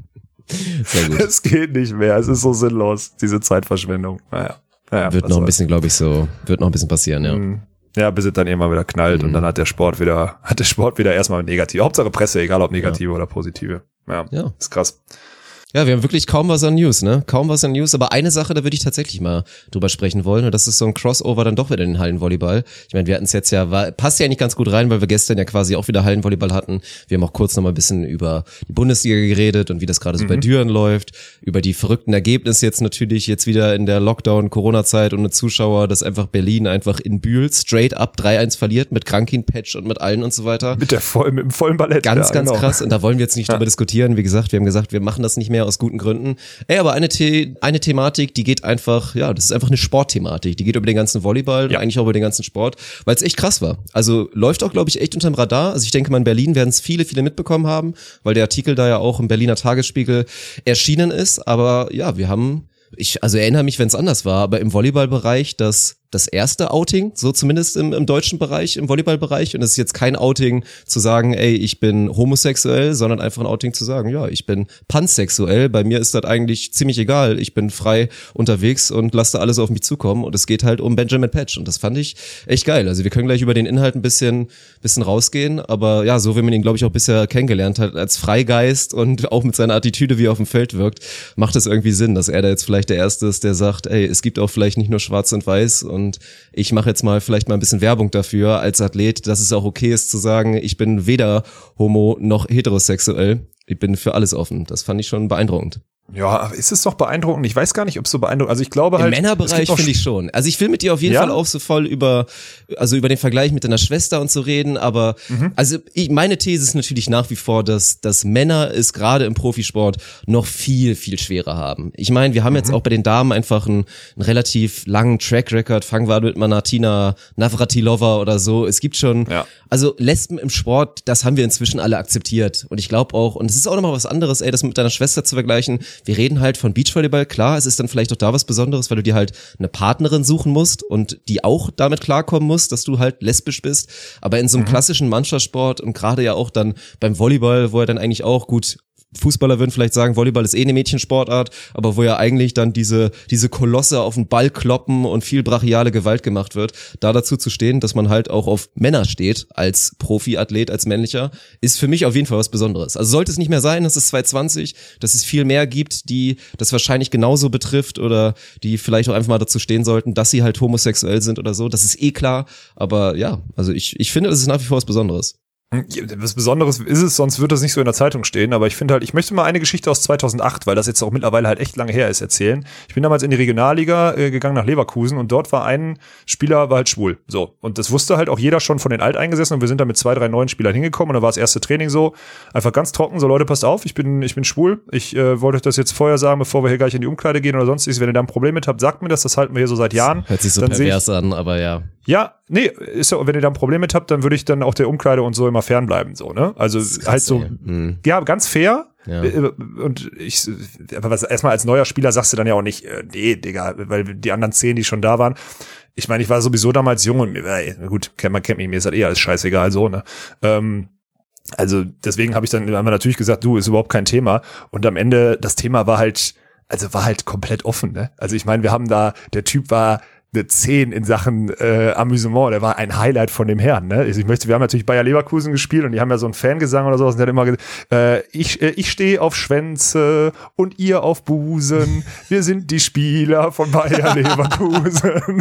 Sehr gut. Es geht nicht mehr, es ist so sinnlos, diese Zeitverschwendung. Naja. naja wird noch ein bisschen, glaube ich, so, wird noch ein bisschen passieren, ja. Mhm. Ja, bis es dann irgendwann wieder knallt mhm. und dann hat der Sport wieder, hat der Sport wieder erstmal negativ. Hauptsache Presse, egal ob negative ja. oder positive. Ja, ja, ist krass. Ja, wir haben wirklich kaum was an News, ne? Kaum was an News, aber eine Sache, da würde ich tatsächlich mal drüber sprechen wollen und das ist so ein Crossover dann doch wieder in den Hallenvolleyball. Ich meine, wir hatten es jetzt ja, war, passt ja eigentlich ganz gut rein, weil wir gestern ja quasi auch wieder Hallenvolleyball hatten. Wir haben auch kurz noch mal ein bisschen über die Bundesliga geredet und wie das gerade so mhm. bei Düren läuft, über die verrückten Ergebnisse jetzt natürlich jetzt wieder in der Lockdown-Corona-Zeit und mit Zuschauer, dass einfach Berlin einfach in Bühl straight up drei eins verliert mit Krankin-Patch und mit allen und so weiter. Mit der voll, mit dem vollen Ballett. Ganz, ja, ganz genau. krass und da wollen wir jetzt nicht ja. drüber diskutieren. Wie gesagt, wir haben gesagt, wir machen das nicht mehr aus guten Gründen. Ey, aber eine, The- eine Thematik, die geht einfach, ja, das ist einfach eine Sportthematik. Die geht über den ganzen Volleyball ja. und eigentlich auch über den ganzen Sport, weil es echt krass war. Also läuft auch, glaube ich, echt unterm Radar. Also ich denke mal, in Berlin werden es viele, viele mitbekommen haben, weil der Artikel da ja auch im Berliner Tagesspiegel erschienen ist. Aber ja, wir haben, ich also erinnere mich, wenn es anders war, aber im Volleyballbereich das das erste Outing, so zumindest im, im deutschen Bereich, im Volleyballbereich. Und es ist jetzt kein Outing zu sagen, ey, ich bin homosexuell, sondern einfach ein Outing zu sagen, ja, ich bin pansexuell. Bei mir ist das eigentlich ziemlich egal. Ich bin frei unterwegs und lasse da alles auf mich zukommen. Und es geht halt um Benjamin Patch. Und das fand ich echt geil. Also wir können gleich über den Inhalt ein bisschen, bisschen rausgehen. Aber ja, so wie man ihn, glaube ich, auch bisher kennengelernt hat, als Freigeist und auch mit seiner Attitüde, wie er auf dem Feld wirkt, macht es irgendwie Sinn, dass er da jetzt vielleicht der Erste ist, der sagt, ey, es gibt auch vielleicht nicht nur schwarz und weiß und ich mache jetzt mal vielleicht mal ein bisschen Werbung dafür als Athlet, dass es auch okay ist zu sagen, ich bin weder homo noch heterosexuell. Ich bin für alles offen. Das fand ich schon beeindruckend. Ja, ist es doch beeindruckend. Ich weiß gar nicht, ob es so beeindruckend, also ich glaube halt. Im Männerbereich finde ich schon. Also ich will mit dir auf jeden ja? Fall auch so voll über, also über den Vergleich mit deiner Schwester und so reden, aber, mhm. also ich, meine These ist natürlich nach wie vor, dass, dass Männer es gerade im Profisport noch viel, viel schwerer haben. Ich meine, wir haben mhm. jetzt auch bei den Damen einfach einen, einen relativ langen Track Record. Fangen wir an mit Martina Navratilova oder so. Es gibt schon, ja. also Lesben im Sport, das haben wir inzwischen alle akzeptiert. Und ich glaube auch, und es ist auch nochmal was anderes, ey, das mit deiner Schwester zu vergleichen. Wir reden halt von Beachvolleyball, klar, es ist dann vielleicht auch da was Besonderes, weil du dir halt eine Partnerin suchen musst und die auch damit klarkommen muss, dass du halt lesbisch bist, aber in so einem mhm. klassischen Mannschaftssport und gerade ja auch dann beim Volleyball, wo er dann eigentlich auch gut, Fußballer würden vielleicht sagen, Volleyball ist eh eine Mädchensportart, aber wo ja eigentlich dann diese diese Kolosse auf den Ball kloppen und viel brachiale Gewalt gemacht wird, da dazu zu stehen, dass man halt auch auf Männer steht, als Profiathlet, als männlicher, ist für mich auf jeden Fall was Besonderes. Also sollte es nicht mehr sein, dass es zwanzig zwanzig, dass es viel mehr gibt, die das wahrscheinlich genauso betrifft oder die vielleicht auch einfach mal dazu stehen sollten, dass sie halt homosexuell sind oder so, das ist eh klar, aber ja, also ich ich finde, das ist nach wie vor was Besonderes. Was Besonderes ist es, sonst wird das nicht so in der Zeitung stehen, aber ich finde halt, ich möchte mal eine Geschichte aus zweitausendacht, weil das jetzt auch mittlerweile halt echt lange her ist, erzählen. Ich bin damals in die Regionalliga äh, gegangen nach Leverkusen und dort war ein Spieler, war halt schwul, so. Und das wusste halt auch jeder schon von den Alteingesessenen und wir sind da mit zwei, drei neuen Spielern hingekommen und da war das erste Training so, einfach ganz trocken, so Leute, passt auf, ich bin ich bin schwul, ich äh, wollte euch das jetzt vorher sagen, bevor wir hier gleich in die Umkleide gehen oder sonstiges, wenn ihr da ein Problem mit habt, sagt mir das, das halten wir hier so seit Jahren. Hört sich so dann pervers an, aber ja. Ja, nee, ist ja, wenn ihr da ein Problem mit habt, dann würde ich dann auch der Umkleide und so immer fernbleiben, so, ne? Also krass, halt so, mhm. ja, ganz fair. Ja. Und ich, aber was, erstmal als neuer Spieler sagst du dann ja auch nicht, äh, nee, Digga, weil die anderen zehn, die schon da waren. Ich meine, ich war sowieso damals jung und äh, gut, man kennt mich, mir ist halt eh alles scheißegal, so, ne? Ähm, also deswegen habe ich dann haben wir natürlich gesagt, du, ist überhaupt kein Thema. Und am Ende, das Thema war halt, also war halt komplett offen, ne? Also ich meine, wir haben da, der Typ war eine zehn in Sachen äh, Amüsement, der war ein Highlight von dem Herrn, ne? Ich möchte, wir haben natürlich Bayer Leverkusen gespielt und die haben ja so einen Fangesang oder sowas und der hat immer gesagt, äh, ich, äh, ich stehe auf Schwänze und ihr auf Busen, wir sind die Spieler von Bayer Leverkusen.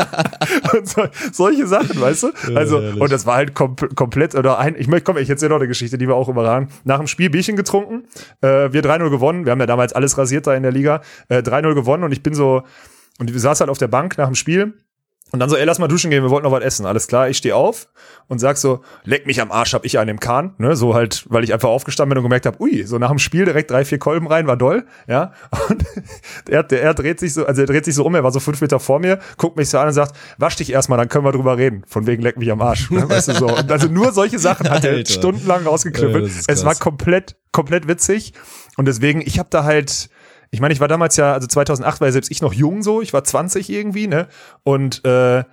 Und so, solche Sachen, weißt du? Also, ja, und das war halt kom- komplett, oder ein, ich möchte, komm, ich erzähle noch eine Geschichte, die wir auch überragen. Nach dem Spiel Bierchen getrunken, äh, wir drei null gewonnen, wir haben ja damals alles rasiert da in der Liga, äh, drei null gewonnen und ich bin so, und wir saßen halt auf der Bank nach dem Spiel und dann so, ey, lass mal duschen gehen, wir wollten noch was essen. Alles klar, ich stehe auf und sag so, leck mich am Arsch, hab ich einen im Kahn, ne, so halt, weil ich einfach aufgestanden bin und gemerkt habe, ui, so nach dem Spiel direkt drei, vier Kolben rein, war doll, ja. Und er, der, er dreht sich so, also er dreht sich so um, er war so fünf Meter vor mir, guckt mich so an und sagt, wasch dich erstmal, dann können wir drüber reden. Von wegen leck mich am Arsch, ne, weißt du so. Und also nur solche Sachen hat er stundenlang rausgeknüppelt. Ja, es war komplett, komplett witzig und deswegen, ich habe da halt, ich meine, ich war damals ja, also zweitausendacht war ja selbst ich noch jung so, ich war zwanzig irgendwie, ne, und äh,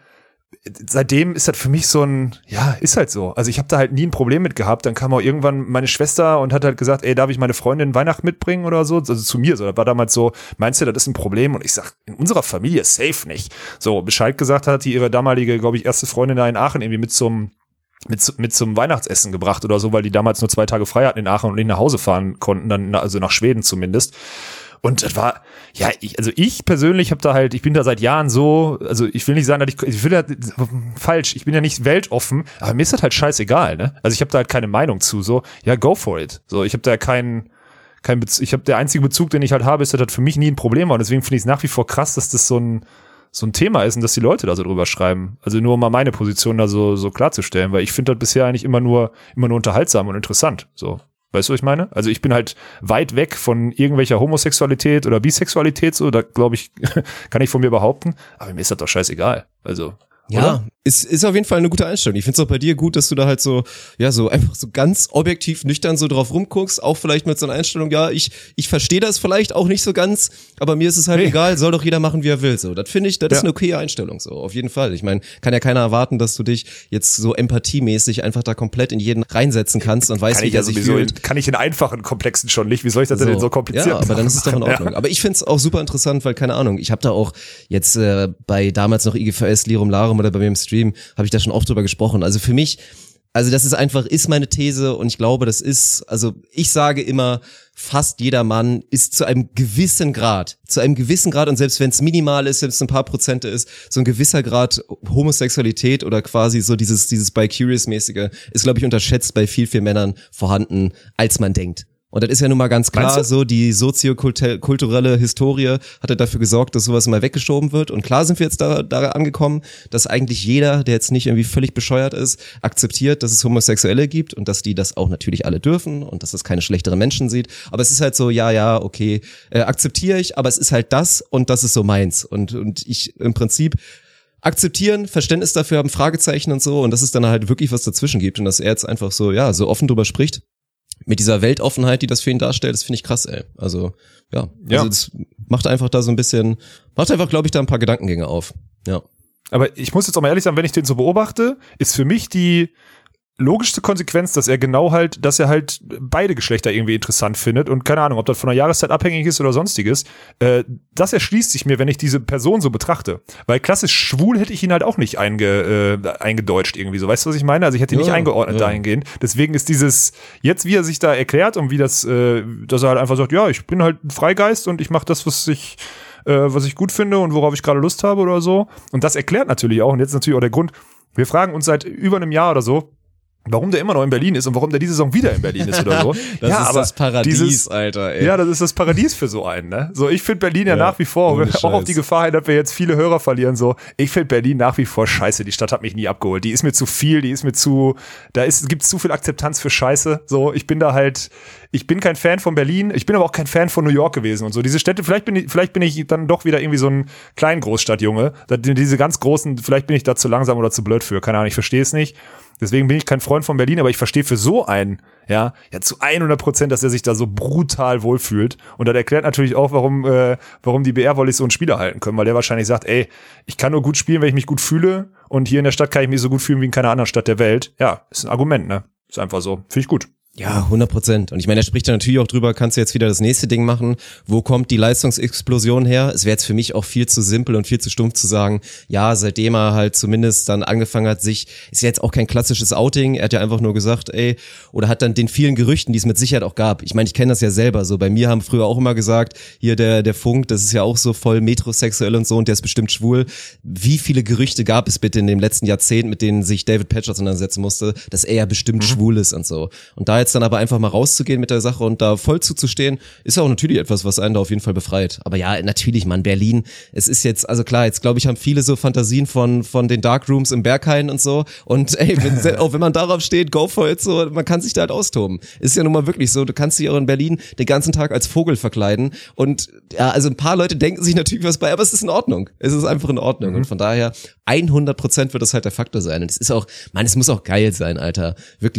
seitdem ist das für mich so ein, ja, ist halt so. Also ich habe da halt nie ein Problem mit gehabt. Dann kam auch irgendwann meine Schwester und hat halt gesagt, ey, darf ich meine Freundin Weihnachten mitbringen oder so? Also zu mir so. Das war damals so, meinst du, das ist ein Problem? Und ich sag, in unserer Familie safe nicht. So, Bescheid gesagt hat die ihre damalige, glaube ich, erste Freundin da in Aachen irgendwie mit zum mit, mit zum Weihnachtsessen gebracht oder so, weil die damals nur zwei Tage frei hatten in Aachen und nicht nach Hause fahren konnten, dann also nach Schweden zumindest. Und das war, ja, ich, also ich persönlich habe da halt, ich bin da seit Jahren so, also ich will nicht sagen, dass ich, ich will ja, falsch, ich bin ja nicht weltoffen, aber mir ist das halt scheißegal, ne? Also ich habe da halt keine Meinung zu, so, ja, go for it. So, ich habe da keinen, kein Bezug, ich habe der einzige Bezug, den ich halt habe, ist, dass das für mich nie ein Problem war und deswegen finde ich es nach wie vor krass, dass das so ein, so ein Thema ist und dass die Leute da so drüber schreiben. Also nur um mal meine Position da so, so klarzustellen, weil ich finde das bisher eigentlich immer nur, immer nur unterhaltsam und interessant, so. Weißt du, was ich meine? Also ich bin halt weit weg von irgendwelcher Homosexualität oder Bisexualität, so, da glaube ich, kann ich von mir behaupten, aber mir ist das doch scheißegal. Also, ja, oder? Ist, ist auf jeden Fall eine gute Einstellung. Ich finde es auch bei dir gut, dass du da halt so, ja, so einfach so ganz objektiv nüchtern so drauf rumguckst, auch vielleicht mit so einer Einstellung, ja, ich ich verstehe das vielleicht auch nicht so ganz, aber mir ist es halt nee. egal, soll doch jeder machen, wie er will, so. Das finde ich, das ja. ist eine okaye Einstellung, so, auf jeden Fall. Ich meine, kann ja keiner erwarten, dass du dich jetzt so empathiemäßig einfach da komplett in jeden reinsetzen kannst und weißt, kann wie ich der ja sich sowieso fühlt. In, kann ich in einfachen, komplexen schon nicht, wie soll ich das so. denn so kompliziert Ja, aber dann ist es doch in Ordnung. Ja. Aber ich finde es auch super interessant, weil, keine Ahnung, ich habe da auch jetzt äh, bei damals noch I G V S, Lirum Larum oder bei mir im Stream, habe ich da schon oft drüber gesprochen. Also für mich, also das ist einfach, ist meine These und ich glaube, das ist, also ich sage immer, fast jeder Mann ist zu einem gewissen Grad, zu einem gewissen Grad und selbst wenn es minimal ist, selbst ein paar Prozente ist, so ein gewisser Grad Homosexualität oder quasi so dieses, dieses Bi-Curious-mäßige ist, glaube ich, unterschätzt bei viel, viel Männern vorhanden, als man denkt. Und das ist ja nun mal ganz klar so, die soziokulturelle Historie hat ja dafür gesorgt, dass sowas mal weggeschoben wird. Und klar sind wir jetzt da, da angekommen, dass eigentlich jeder, der jetzt nicht irgendwie völlig bescheuert ist, akzeptiert, dass es Homosexuelle gibt und dass die das auch natürlich alle dürfen und dass es keine schlechteren Menschen sieht. Aber es ist halt so, ja, ja, okay, äh, akzeptiere ich, aber es ist halt das und das ist so meins. Und, und ich im Prinzip akzeptieren, Verständnis dafür haben, Fragezeichen und so und dass es dann halt wirklich was dazwischen gibt und dass er jetzt einfach so, ja, so offen drüber spricht. Mit dieser Weltoffenheit, die das für ihn darstellt, das finde ich krass, ey. Also, ja. ja. Also, das macht einfach da so ein bisschen, macht einfach, glaube ich, da ein paar Gedankengänge auf. Ja. Aber ich muss jetzt auch mal ehrlich sagen, wenn ich den so beobachte, ist für mich die logischste Konsequenz, dass er genau halt, dass er halt beide Geschlechter irgendwie interessant findet und keine Ahnung, ob das von der Jahreszeit abhängig ist oder sonstiges, äh, das erschließt sich mir, wenn ich diese Person so betrachte. Weil klassisch schwul hätte ich ihn halt auch nicht einge, äh, eingedeutscht irgendwie so. Weißt du, was ich meine? Also ich hätte ihn ja, nicht eingeordnet ja. dahingehend. Deswegen ist dieses, jetzt wie er sich da erklärt und wie das, äh, dass er halt einfach sagt, ja, ich bin halt ein Freigeist und ich mache das, was ich äh, was ich gut finde und worauf ich gerade Lust habe oder so. Und das erklärt natürlich auch, und jetzt natürlich auch der Grund, wir fragen uns seit über einem Jahr oder so, warum der immer noch in Berlin ist und warum der diese Saison wieder in Berlin ist oder so. das ja, ist aber das Paradies, dieses, Alter, ey. Ja, das ist das Paradies für so einen, ne? So, ich finde Berlin ja, ja nach wie vor, auch auf die Gefahr hin, dass wir jetzt viele Hörer verlieren, so, ich finde Berlin nach wie vor scheiße. Die Stadt hat mich nie abgeholt. Die ist mir zu viel, die ist mir zu, da ist, gibt's zu viel Akzeptanz für Scheiße. So, ich bin da halt, ich bin kein Fan von Berlin, ich bin aber auch kein Fan von New York gewesen und so. Diese Städte, vielleicht bin ich, vielleicht bin ich dann doch wieder irgendwie so ein kleinen Großstadtjunge. Diese ganz großen, vielleicht bin ich da zu langsam oder zu blöd für, keine Ahnung, ich verstehe es nicht. Deswegen bin ich kein Freund von Berlin, aber ich verstehe für so einen, ja, ja zu hundert Prozent, dass er sich da so brutal wohlfühlt. Und das erklärt natürlich auch, warum äh, warum die B R-Wollis so einen Spieler halten können, weil der wahrscheinlich sagt, ey, ich kann nur gut spielen, wenn ich mich gut fühle und hier in der Stadt kann ich mich so gut fühlen wie in keiner anderen Stadt der Welt. Ja, ist ein Argument, ne? Ist einfach so. Finde ich gut. Ja, hundert Prozent. Und ich meine, er spricht da natürlich auch drüber, kannst du jetzt wieder das nächste Ding machen. Wo kommt die Leistungsexplosion her? Es wäre jetzt für mich auch viel zu simpel und viel zu stumpf zu sagen, ja, seitdem er halt zumindest dann angefangen hat, sich, ist ja jetzt auch kein klassisches Outing, er hat ja einfach nur gesagt, ey, oder hat dann den vielen Gerüchten, die es mit Sicherheit auch gab. Ich meine, ich kenne das ja selber so. Bei mir haben früher auch immer gesagt, hier der der Funk, das ist ja auch so voll metrosexuell und so und der ist bestimmt schwul. Wie viele Gerüchte gab es bitte in dem letzten Jahrzehnt, mit denen sich David Patch auseinandersetzen musste, dass er ja bestimmt mhm. schwul ist und so. Und da jetzt dann aber einfach mal rauszugehen mit der Sache und da voll zuzustehen, ist auch natürlich etwas, was einen da auf jeden Fall befreit. Aber ja, natürlich, Mann, Berlin, es ist jetzt, also klar, jetzt glaube ich, haben viele so Fantasien von von den Darkrooms im Berghain und so und ey, wenn, auch wenn man darauf steht, go for it, so, man kann sich da halt austoben. Ist ja nun mal wirklich so, du kannst dich auch in Berlin den ganzen Tag als Vogel verkleiden und ja, also ein paar Leute denken sich natürlich was bei, aber es ist in Ordnung. Es ist einfach in Ordnung mhm. und von daher hundert Prozent wird das halt der Faktor sein und es ist auch, Mann, es muss auch geil sein, Alter. Wirklich.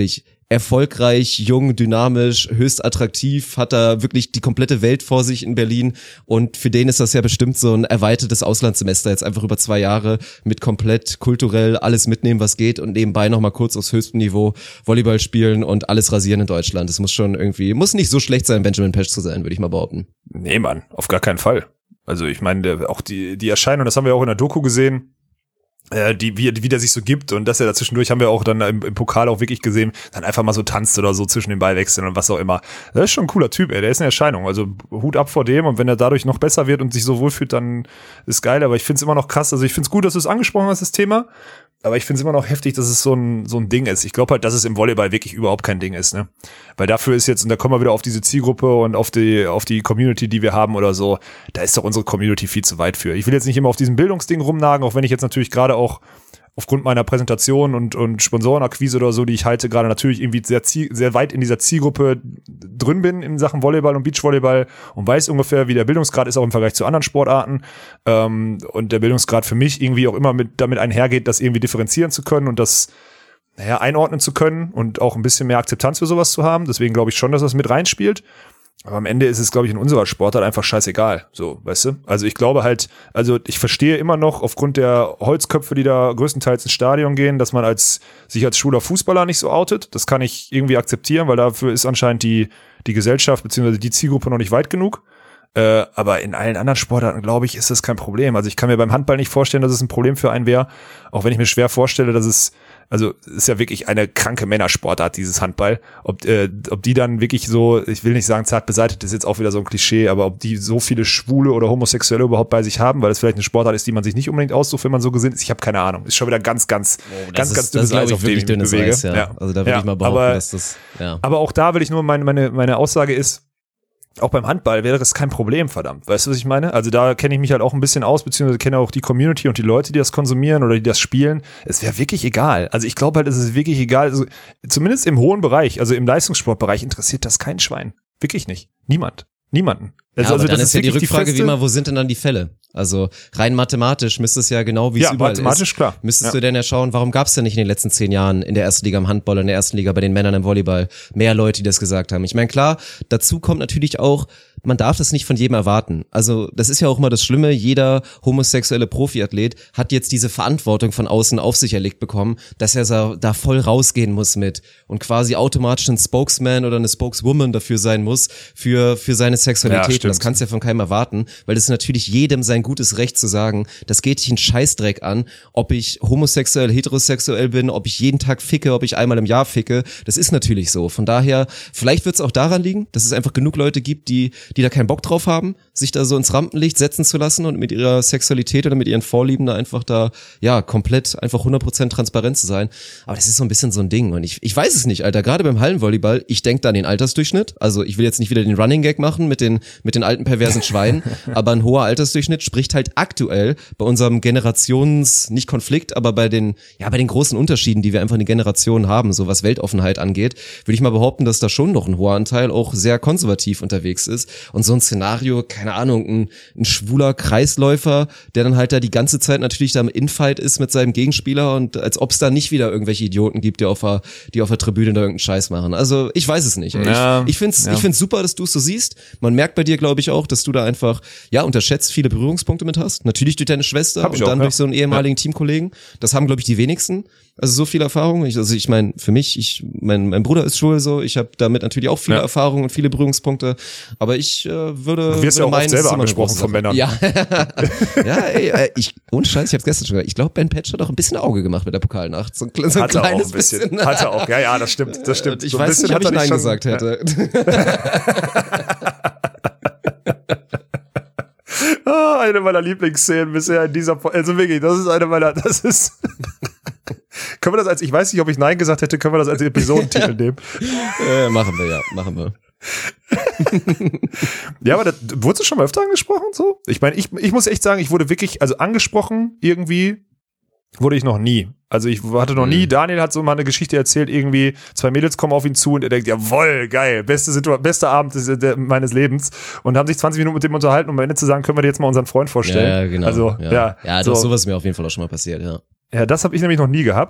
erfolgreich, jung, dynamisch, höchst attraktiv, hat da wirklich die komplette Welt vor sich in Berlin und für den ist das ja bestimmt so ein erweitertes Auslandssemester jetzt einfach über zwei Jahre mit komplett kulturell alles mitnehmen, was geht und nebenbei nochmal kurz aufs höchsten Niveau Volleyball spielen und alles rasieren in Deutschland. Das muss schon irgendwie, muss nicht so schlecht sein, Benjamin Pesch zu sein, würde ich mal behaupten. Nee, Mann, auf gar keinen Fall. Also ich meine, auch die die Erscheinung, das haben wir auch in der Doku gesehen, äh, die wie, wie der sich so gibt und dass er dazwischendurch haben wir auch dann im, im Pokal auch wirklich gesehen, dann einfach mal so tanzt oder so zwischen den Ballwechseln und was auch immer. Das ist schon ein cooler Typ, ey, der ist eine Erscheinung. Also Hut ab vor dem und wenn er dadurch noch besser wird und sich so wohlfühlt, dann ist geil. Aber ich finde es immer noch krass. Also ich finde es gut, dass du es angesprochen hast, das Thema. Aber ich finde es immer noch heftig, dass es so ein so ein Ding ist. Ich glaube halt, dass es im Volleyball wirklich überhaupt kein Ding ist, ne? Weil dafür ist jetzt, und da kommen wir wieder auf diese Zielgruppe und auf die auf die Community, die wir haben oder so, da ist doch unsere Community viel zu weit für. Ich will jetzt nicht immer auf diesem Bildungsding rumnagen, auch wenn ich jetzt natürlich gerade auch aufgrund meiner Präsentation und und Sponsorenakquise oder so, die ich halte, gerade natürlich irgendwie sehr ziel, sehr weit in dieser Zielgruppe drin bin in Sachen Volleyball und Beachvolleyball und weiß ungefähr, wie der Bildungsgrad ist, auch im Vergleich zu anderen Sportarten. Ähm, und der Bildungsgrad für mich irgendwie auch immer mit damit einhergeht, das irgendwie differenzieren zu können und das naja, einordnen zu können und auch ein bisschen mehr Akzeptanz für sowas zu haben. Deswegen glaube ich schon, dass das mit reinspielt. Aber am Ende ist es, glaube ich, in unserer Sportart einfach scheißegal. So, weißt du? Also ich glaube halt, also ich verstehe immer noch aufgrund der Holzköpfe, die da größtenteils ins Stadion gehen, dass man als sich als schwuler Fußballer nicht so outet. Das kann ich irgendwie akzeptieren, weil dafür ist anscheinend die die Gesellschaft bzw. die Zielgruppe noch nicht weit genug. Äh, aber in allen anderen Sportarten, glaube ich, ist das kein Problem. Also ich kann mir beim Handball nicht vorstellen, dass es ein Problem für einen wäre. Auch wenn ich mir schwer vorstelle, dass es Also es ist ja wirklich eine kranke Männersportart, dieses Handball. Ob äh, ob die dann wirklich so, ich will nicht sagen zart beseitigt, ist jetzt auch wieder so ein Klischee, aber ob die so viele Schwule oder Homosexuelle überhaupt bei sich haben, weil es vielleicht eine Sportart ist, die man sich nicht unbedingt aussucht, wenn man so gesinnt ist. Ich habe keine Ahnung. Ist schon wieder ganz, ganz, oh, ganz, ist, ganz dünnes Eis, auf dem ich mich bewege. Eis, ja. Ja. Also da würde ja, ich mal behaupten, aber, dass das, ja. Aber auch da will ich nur, meine, meine, meine Aussage ist, auch beim Handball wäre das kein Problem, verdammt. Weißt du, was ich meine? Also da kenne ich mich halt auch ein bisschen aus, beziehungsweise kenne auch die Community und die Leute, die das konsumieren oder die das spielen. Es wäre wirklich egal. Also ich glaube halt, es ist wirklich egal. Also zumindest im hohen Bereich, also im Leistungssportbereich interessiert das kein Schwein. Wirklich nicht. Niemand. Niemanden. Also, ja, aber also dann das ist ja die Rückfrage, die wie immer, wo sind denn dann die Fälle? Also rein mathematisch müsste es ja genau, wie es ja, überall mathematisch, ist, klar. müsstest ja. du denn ja schauen, warum gab es denn nicht in den letzten zehn Jahren in der ersten Liga im Handball, in der ersten Liga bei den Männern im Volleyball mehr Leute, die das gesagt haben? Ich meine, klar, dazu kommt natürlich auch, man darf das nicht von jedem erwarten. Also das ist ja auch immer das Schlimme, jeder homosexuelle Profiathlet hat jetzt diese Verantwortung von außen auf sich erlegt bekommen, dass er da voll rausgehen muss mit und quasi automatisch ein Spokesman oder eine Spokeswoman dafür sein muss, für für seine Sexualität. Ja, das kannst du ja von keinem erwarten, weil es ist natürlich jedem sein gutes Recht zu sagen, das geht dich einen Scheißdreck an, ob ich homosexuell, heterosexuell bin, ob ich jeden Tag ficke, ob ich einmal im Jahr ficke. Das ist natürlich so. Von daher, vielleicht wird es auch daran liegen, dass es einfach genug Leute gibt, die die da keinen Bock drauf haben, sich da so ins Rampenlicht setzen zu lassen und mit ihrer Sexualität oder mit ihren Vorlieben da einfach da, ja, komplett einfach hundert Prozent transparent zu sein. Aber das ist so ein bisschen so ein Ding und ich ich weiß es nicht, Alter, gerade beim Hallenvolleyball, ich denke da an den Altersdurchschnitt, also ich will jetzt nicht wieder den Running Gag machen mit den mit den alten perversen Schweinen, aber ein hoher Altersdurchschnitt spricht halt aktuell bei unserem Generations, nicht Konflikt, aber bei den, ja, bei den großen Unterschieden, die wir einfach in den Generationen haben, so was Weltoffenheit angeht, würde ich mal behaupten, dass da schon noch ein hoher Anteil auch sehr konservativ unterwegs ist. Und so ein Szenario, keine Ahnung, ein, ein schwuler Kreisläufer, der dann halt da die ganze Zeit natürlich da im Infight ist mit seinem Gegenspieler und als ob es da nicht wieder irgendwelche Idioten gibt, die auf der, die auf der Tribüne da irgendeinen Scheiß machen. Also ich weiß es nicht. Ja, ich ich finde es ja. ich find's super, dass du es so siehst. Man merkt bei dir, glaube ich, auch, dass du da einfach, ja, unterschätzt viele Berührungspunkte mit hast. Natürlich durch deine Schwester und auch, dann ja. durch so einen ehemaligen ja. Teamkollegen. Das haben, glaube ich, die wenigsten. Also so viel Erfahrung. Ich, also ich meine, für mich, ich, mein, mein Bruder ist schwul so. Ich habe damit natürlich auch viele ja. Erfahrungen und viele Berührungspunkte. Aber ich äh, würde. Du wirst ja auch meinen, oft selber angesprochen von Männern. Ja, ja, ey, äh, ich ohne Scheiß, ich habe gestern schon gesagt. Ich glaube, Ben Patch hat auch ein bisschen Auge gemacht mit der Pokalnacht. So, so ein hat er kleines auch ein bisschen. bisschen. Hat er auch. Ja, ja, das stimmt. Das stimmt. Ich so weiß nicht, ob ich Nein gesagt hätte. Oh, eine meiner Lieblingsszenen bisher in dieser, also wirklich, das ist eine meiner, das ist, können wir das als, ich weiß nicht, ob ich Nein gesagt hätte, können wir das als Episodentitel nehmen? Äh, machen wir, ja, machen wir. Ja, aber das, wurdest du schon mal öfter angesprochen, so? Ich meine, ich, ich muss echt sagen, ich wurde wirklich, also angesprochen, irgendwie, wurde ich noch nie. Also ich hatte noch nie, Daniel hat so mal eine Geschichte erzählt, irgendwie zwei Mädels kommen auf ihn zu und er denkt, jawohl, geil, beste Situation, bester Abend des, der, meines Lebens und haben sich zwanzig Minuten mit dem unterhalten, um am Ende zu sagen, können wir dir jetzt mal unseren Freund vorstellen. Ja, genau. Also, ja, ja, ja so. sowas ist mir auf jeden Fall auch schon mal passiert, ja. Ja, das habe ich nämlich noch nie gehabt.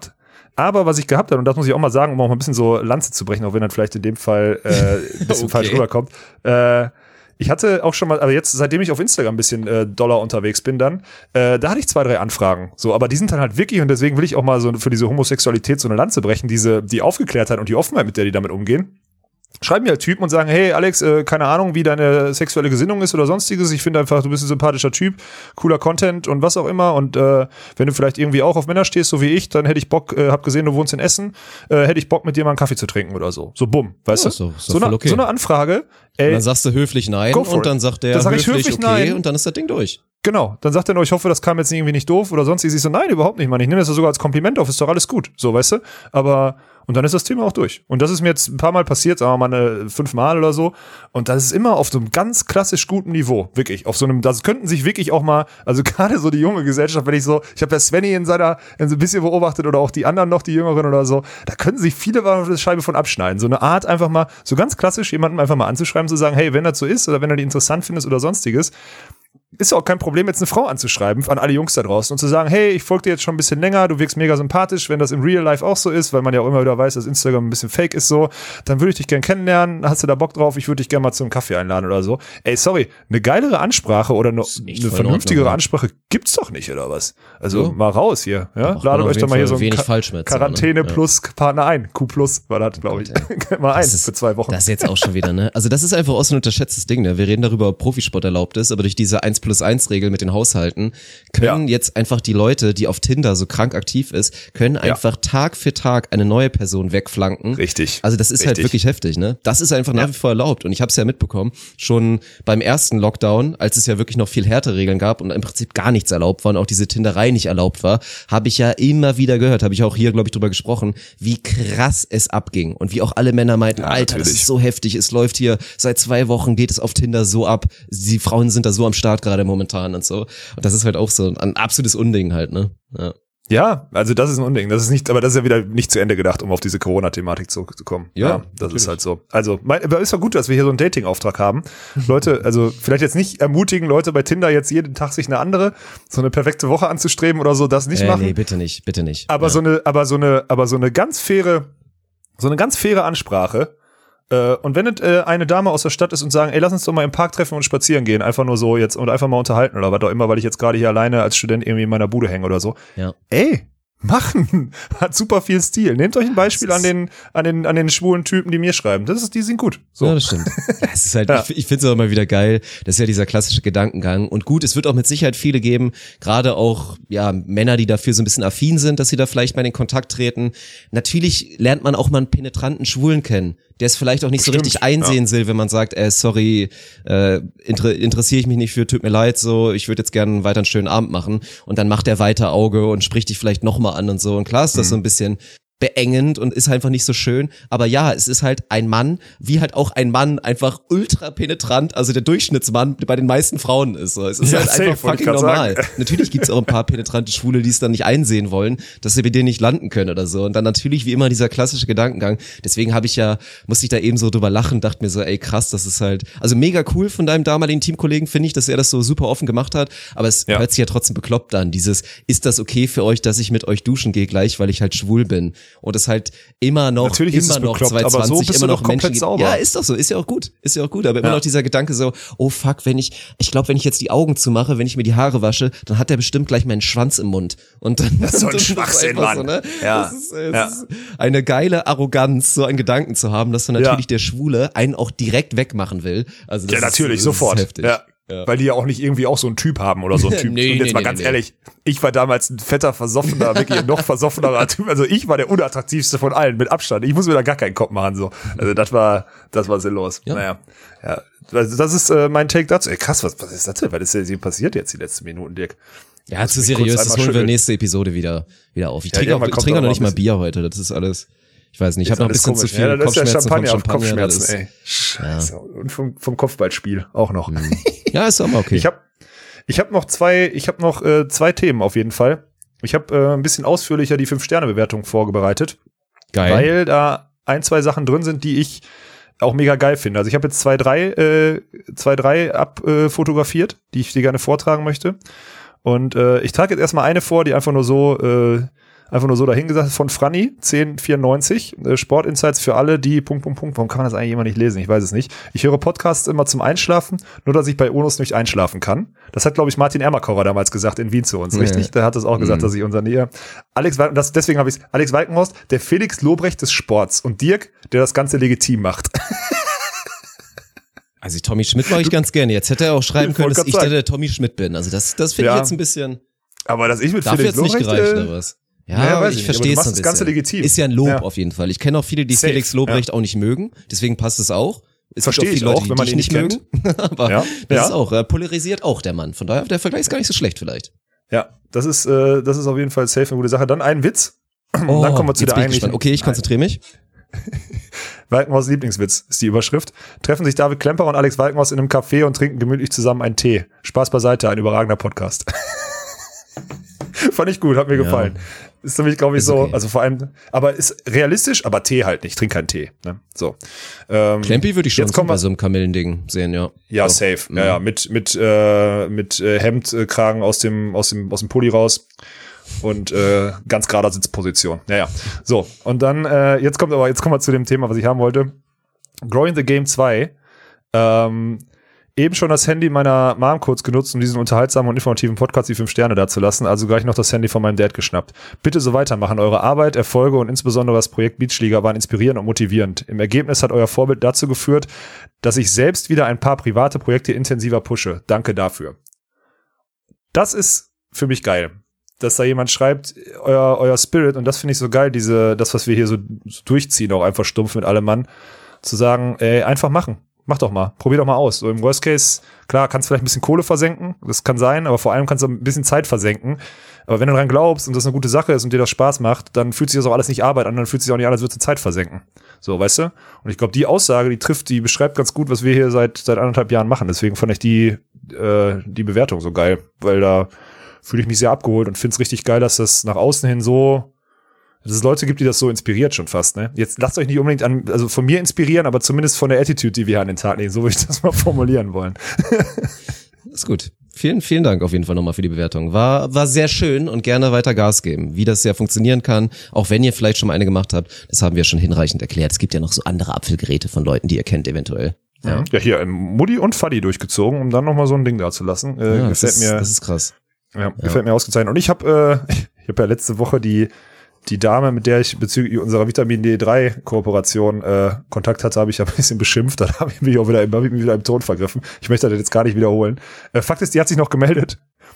Aber was ich gehabt habe, und das muss ich auch mal sagen, um auch mal ein bisschen so Lanze zu brechen, auch wenn das vielleicht in dem Fall äh, ein bisschen okay. falsch rüberkommt. Äh, ich hatte auch schon mal, aber jetzt, seitdem ich auf Instagram ein bisschen äh, doller unterwegs bin dann, äh, da hatte ich zwei, drei Anfragen. So, aber die sind dann halt wirklich, und deswegen will ich auch mal so für diese Homosexualität so eine Lanze brechen, diese, die Aufgeklärtheit und die Offenheit, mit der die damit umgehen. Schreiben mir halt Typen und sagen, hey Alex, äh, keine Ahnung, wie deine sexuelle Gesinnung ist oder sonstiges. Ich finde einfach, du bist ein sympathischer Typ, cooler Content und was auch immer. Und äh, wenn du vielleicht irgendwie auch auf Männer stehst, so wie ich, dann hätte ich Bock, äh, hab gesehen, du wohnst in Essen, äh, hätte ich Bock, mit dir mal einen Kaffee zu trinken oder so. So bumm, weißt ja, du? So, so, so, eine, okay. so eine Anfrage. Ey, und dann sagst du höflich nein und dann sagt der dann sag höflich, ich höflich okay nein. Und dann ist das Ding durch. Genau, dann sagt er nur, ich hoffe, das kam jetzt irgendwie nicht doof oder sonst. Ich so, nein, überhaupt nicht, Mann. Ich nehme das sogar als Kompliment auf, ist doch alles gut. So, weißt du? Aber, und dann ist das Thema auch durch. Und das ist mir jetzt ein paar Mal passiert, sagen wir mal eine, fünfmal oder so. Und das ist immer auf so einem ganz klassisch guten Niveau. Wirklich. Auf so einem, das könnten sich wirklich auch mal, also gerade so die junge Gesellschaft, wenn ich so, ich habe ja Svenny in seiner, in so ein bisschen beobachtet oder auch die anderen noch, die Jüngeren oder so, da könnten sich viele mal eine Scheibe von abschneiden. So eine Art einfach mal, so ganz klassisch jemanden einfach mal anzuschreiben, zu sagen, hey, wenn das so ist oder wenn du die interessant findest oder sonstiges, ist ja auch kein Problem, jetzt eine Frau anzuschreiben an alle Jungs da draußen und zu sagen, hey, ich folge dir jetzt schon ein bisschen länger, du wirkst mega sympathisch, wenn das im Real Life auch so ist, weil man ja auch immer wieder weiß, dass Instagram ein bisschen fake ist so, dann würde ich dich gern kennenlernen, hast du da Bock drauf, ich würde dich gerne mal zum Kaffee einladen oder so. Ey, sorry, eine geilere Ansprache oder eine, eine vernünftigere Ordnung, Ansprache gibt's doch nicht, oder was? Also so. Mal raus hier, ja? Ladet euch doch mal hier so ein Ka- Quarantäne ne? plus ja. Partner ein, Q plus war das, glaube ich. mal ein ist, für zwei Wochen. Das ist jetzt auch schon wieder, ne? Also das ist einfach auch so ein unterschätztes Ding, ne? Wir reden darüber, ob Profisport erlaubt ist, aber durch diese eins plus eins Regel mit den Haushalten können ja. jetzt einfach die Leute, die auf Tinder so krank aktiv ist, können ja. einfach Tag für Tag eine neue Person wegflanken. Richtig. Also das ist Richtig. halt wirklich heftig, ne? Das ist einfach nach wie vor erlaubt und ich habe es ja mitbekommen, schon beim ersten Lockdown, als es ja wirklich noch viel härtere Regeln gab und im Prinzip gar nichts erlaubt war und auch diese Tinderei nicht erlaubt war, habe ich ja immer wieder gehört, habe ich auch hier, glaube ich, drüber gesprochen, wie krass es abging und wie auch alle Männer meinten, ja, Alter, natürlich. Das ist so heftig, es läuft hier seit zwei Wochen, geht es auf Tinder so ab, die Frauen sind da so am Start gerade momentan und so. Und das ist halt auch so ein absolutes Unding halt, ne? Ja. Ja, also das ist ein Unding. Das ist nicht, aber das ist ja wieder nicht zu Ende gedacht, um auf diese Corona-Thematik zurückzukommen. Ja, ja das natürlich. Ist halt so. Also, mein, aber ist ja gut, dass wir hier so einen Dating-Auftrag haben. Leute, also vielleicht jetzt nicht ermutigen, Leute bei Tinder jetzt jeden Tag sich eine andere, so eine perfekte Woche anzustreben oder so, das nicht äh, machen. Nee, bitte nicht, bitte nicht. Aber ja. so eine, aber so eine, aber so eine ganz faire, so eine ganz faire Ansprache. Und wenn äh, eine Dame aus der Stadt ist und sagen, ey, lass uns doch mal im Park treffen und spazieren gehen, einfach nur so jetzt und einfach mal unterhalten oder was auch immer, weil ich jetzt gerade hier alleine als Student irgendwie in meiner Bude hänge oder so. Ja. Ey, machen. Hat super viel Stil. Nehmt euch ein Beispiel an den, an den, an den schwulen Typen, die mir schreiben. Das ist, die sind gut. So. Ja, das stimmt. Das ist halt, ja. Ich, ich finde es auch immer wieder geil. Das ist ja dieser klassische Gedankengang. Und gut, es wird auch mit Sicherheit viele geben, gerade auch, ja, Männer, die dafür so ein bisschen affin sind, dass sie da vielleicht mal in den Kontakt treten. Natürlich lernt man auch mal einen penetranten Schwulen kennen, der es vielleicht auch nicht Bestimmt, so richtig einsehen ja. will, wenn man sagt, äh, sorry, äh, inter- interessiere ich mich nicht für, tut mir leid, so, ich würde jetzt gerne weiter einen schönen Abend machen und dann macht er weiter Auge und spricht dich vielleicht nochmal an und so und klar ist das mhm. so ein bisschen beengend und ist einfach nicht so schön, aber ja, es ist halt ein Mann, wie halt auch ein Mann einfach ultra penetrant, also der Durchschnittsmann bei den meisten Frauen ist so. Es ist ja, halt safe, einfach fucking normal. Sagen. Natürlich gibt's auch ein paar penetrante Schwule, die es dann nicht einsehen wollen, dass sie bei denen nicht landen können oder so und dann natürlich wie immer dieser klassische Gedankengang. Deswegen habe ich ja, musste ich da eben so drüber lachen, dachte mir so, ey krass, das ist halt, also mega cool von deinem damaligen Teamkollegen, finde ich, dass er das so super offen gemacht hat, aber es ja. hört sich ja trotzdem bekloppt an, dieses, ist das okay für euch, dass ich mit euch duschen gehe gleich, weil ich halt schwul bin? Und es halt immer noch, Natürlich immer ist noch bekloppt, zwanzig aber so bist immer du noch doch Menschen. sauber. Ja, ist doch so, ist ja auch gut, ist ja auch gut, aber immer ja. noch dieser Gedanke so, oh fuck, wenn ich, ich glaube, wenn ich jetzt die Augen zumache, wenn ich mir die Haare wasche, dann hat der bestimmt gleich meinen Schwanz im Mund. Und dann das ist so ein Schwachsinn, Mann. So, ne? Ja. Das ist, das ja. ist eine geile Arroganz, so einen Gedanken zu haben, dass dann natürlich ja. der Schwule einen auch direkt wegmachen will. Also das ja, natürlich, ist, das sofort. Ist heftig. Ja. Ja. Weil die ja auch nicht irgendwie auch so einen Typ haben oder so einen Typ. nee, und jetzt nee, mal nee, ganz nee. ehrlich, ich war damals ein fetter, versoffener, wirklich noch versoffenerer Typ. Also ich war der unattraktivste von allen, mit Abstand. Ich muss mir da gar keinen Kopf machen, so. Also das war, das war sinnlos. Ja. Naja, ja. Also das ist äh, mein Take dazu. Ey, krass, was, was ist das denn? Was ist denn hier passiert jetzt die letzten Minuten, Dirk? Ja, zu seriös, das holen wir nächste Episode wieder, wieder auf. Ich trinke ja, auch, trinke noch nicht mal Bier heute, das ist alles. Ich weiß nicht, ich habe noch ein bisschen komisch. zu viel ja, das Kopfschmerzen. Ist ja Champagner, Champagner Kopfschmerzen, ist, ey. Scheiße. Ja. Und vom, vom Kopfballspiel auch noch. Ja, ist aber okay. Ich habe ich hab noch zwei, ich habe noch äh, zwei Themen auf jeden Fall. Ich habe äh, ein bisschen ausführlicher die Fünf-Sterne-Bewertung vorbereitet. Geil. Weil da ein, zwei Sachen drin sind, die ich auch mega geil finde. Also ich habe jetzt zwei, drei, äh, zwei, drei abfotografiert, äh, die ich dir gerne vortragen möchte. Und äh, ich trage jetzt erstmal eine vor, die einfach nur so, äh, Einfach nur so dahingesagt von Franny, zehn vierundneunzig. Äh, Sportinsights für alle, die Punkt, Punkt, Punkt. Warum kann man das eigentlich immer nicht lesen? Ich weiß es nicht. Ich höre Podcasts immer zum Einschlafen, nur dass ich bei Onus nicht einschlafen kann. Das hat, glaube ich, Martin Ermakorer damals gesagt in Wien zu uns, nee. richtig? Der hat es auch gesagt, mhm. dass ich unser Nähe. Alex, das, deswegen habe ich es. Alex Walkenhorst, der Felix Lobrecht des Sports und Dirk, der das Ganze legitim macht. Also Tommy Schmidt mache ich ganz gerne. Jetzt hätte er auch schreiben können, dass ich da der Tommy Schmidt bin. Also das, das finde ja. ich jetzt ein bisschen. Aber dass ich mit Dafür Felix Lobrecht... Dafür jetzt nicht gereicht, äh, oder was? Ja, naja, aber ich, ich verstehe es so ein bisschen. Das Ganze legitim. Ist ja ein Lob ja. auf jeden Fall. Ich kenne auch viele, die Safe. Felix Lobrecht ja. auch nicht mögen. Deswegen passt es auch. Es Verstehe ich Leute, auch, wenn man ihn nicht kennt. Mögen. Aber ja. das ja. ist auch, er polarisiert auch der Mann. Von daher, der Vergleich ist gar nicht so schlecht vielleicht. Ja, das ist, äh, das ist auf jeden Fall safe eine gute Sache. Dann ein Witz. Oh, und dann kommen wir zu der eigentlichen. Okay, ich konzentriere mich. Walkenhorst Lieblingswitz ist die Überschrift. Treffen sich David Klemperer und Alex Walkenhorst in einem Café und trinken gemütlich zusammen einen Tee. Spaß beiseite, ein überragender Podcast. Fand ich gut, hat mir ja. gefallen. Ist nämlich, glaube ich, ist so, okay. also vor allem, aber ist realistisch, aber Tee halt nicht. Trink keinen Tee. Ne? So. Ähm, Klempi würde ich schon bei so einem Kamillending sehen, ja. Ja, so. safe. Ja, ja, mit, mit, äh, mit äh, Hemdkragen aus dem, aus dem, aus dem Pulli raus. Und äh, ganz gerader Sitzposition. Naja, so. Und dann, äh, jetzt kommt aber, jetzt kommen wir zu dem Thema, was ich haben wollte. Growing the Game zwei. Ähm, eben schon das Handy meiner Mom kurz genutzt, um diesen unterhaltsamen und informativen Podcast die fünf Sterne dazulassen, also gleich noch das Handy von meinem Dad geschnappt. Bitte so weitermachen. Eure Arbeit, Erfolge und insbesondere das Projekt Beachliga waren inspirierend und motivierend. Im Ergebnis hat euer Vorbild dazu geführt, dass ich selbst wieder ein paar private Projekte intensiver pushe. Danke dafür. Das ist für mich geil. Dass da jemand schreibt, euer, euer Spirit, und das finde ich so geil, diese, das, was wir hier so, so durchziehen, auch einfach stumpf mit allem Mann, zu sagen, ey, einfach machen. Mach doch mal. Probier doch mal aus. So im Worst Case, klar, kannst vielleicht ein bisschen Kohle versenken. Das kann sein, aber vor allem kannst du ein bisschen Zeit versenken. Aber wenn du dran glaubst und das eine gute Sache ist und dir das Spaß macht, dann fühlt sich das auch alles nicht Arbeit an, dann fühlt sich auch nicht an, als würdest du Zeit versenken. So, weißt du? Und ich glaube, die Aussage, die trifft, die beschreibt ganz gut, was wir hier seit, seit anderthalb Jahren machen. Deswegen fand ich die, äh, die Bewertung so geil, weil da fühle ich mich sehr abgeholt und finde es richtig geil, dass das nach außen hin so, dass es Leute gibt, die das so inspiriert schon fast, ne? Jetzt lasst euch nicht unbedingt an, also von mir inspirieren, aber zumindest von der Attitude, die wir hier an den Tag legen. So würde ich das mal formulieren wollen. Ist gut. Vielen, vielen Dank auf jeden Fall nochmal für die Bewertung. War, war sehr schön und gerne weiter Gas geben. Wie das ja funktionieren kann, auch wenn ihr vielleicht schon mal eine gemacht habt, das haben wir schon hinreichend erklärt. Es gibt ja noch so andere Apfelgeräte von Leuten, die ihr kennt eventuell. Ja, ja hier Mutti und Fadi durchgezogen, um dann nochmal so ein Ding da zu lassen. Äh, ja, gefällt das ist, mir. Das ist krass. Ja, gefällt ja. mir ausgezeichnet. Und ich habe äh, ich habe ja letzte Woche die die Dame, mit der ich bezüglich unserer Vitamin D drei Kooperation äh, Kontakt hatte, habe ich ja ein bisschen beschimpft. Dann habe ich mich auch wieder, hab ich mich wieder im Ton vergriffen. Ich möchte das jetzt gar nicht wiederholen. Äh, Fakt ist, die hat sich noch gemeldet.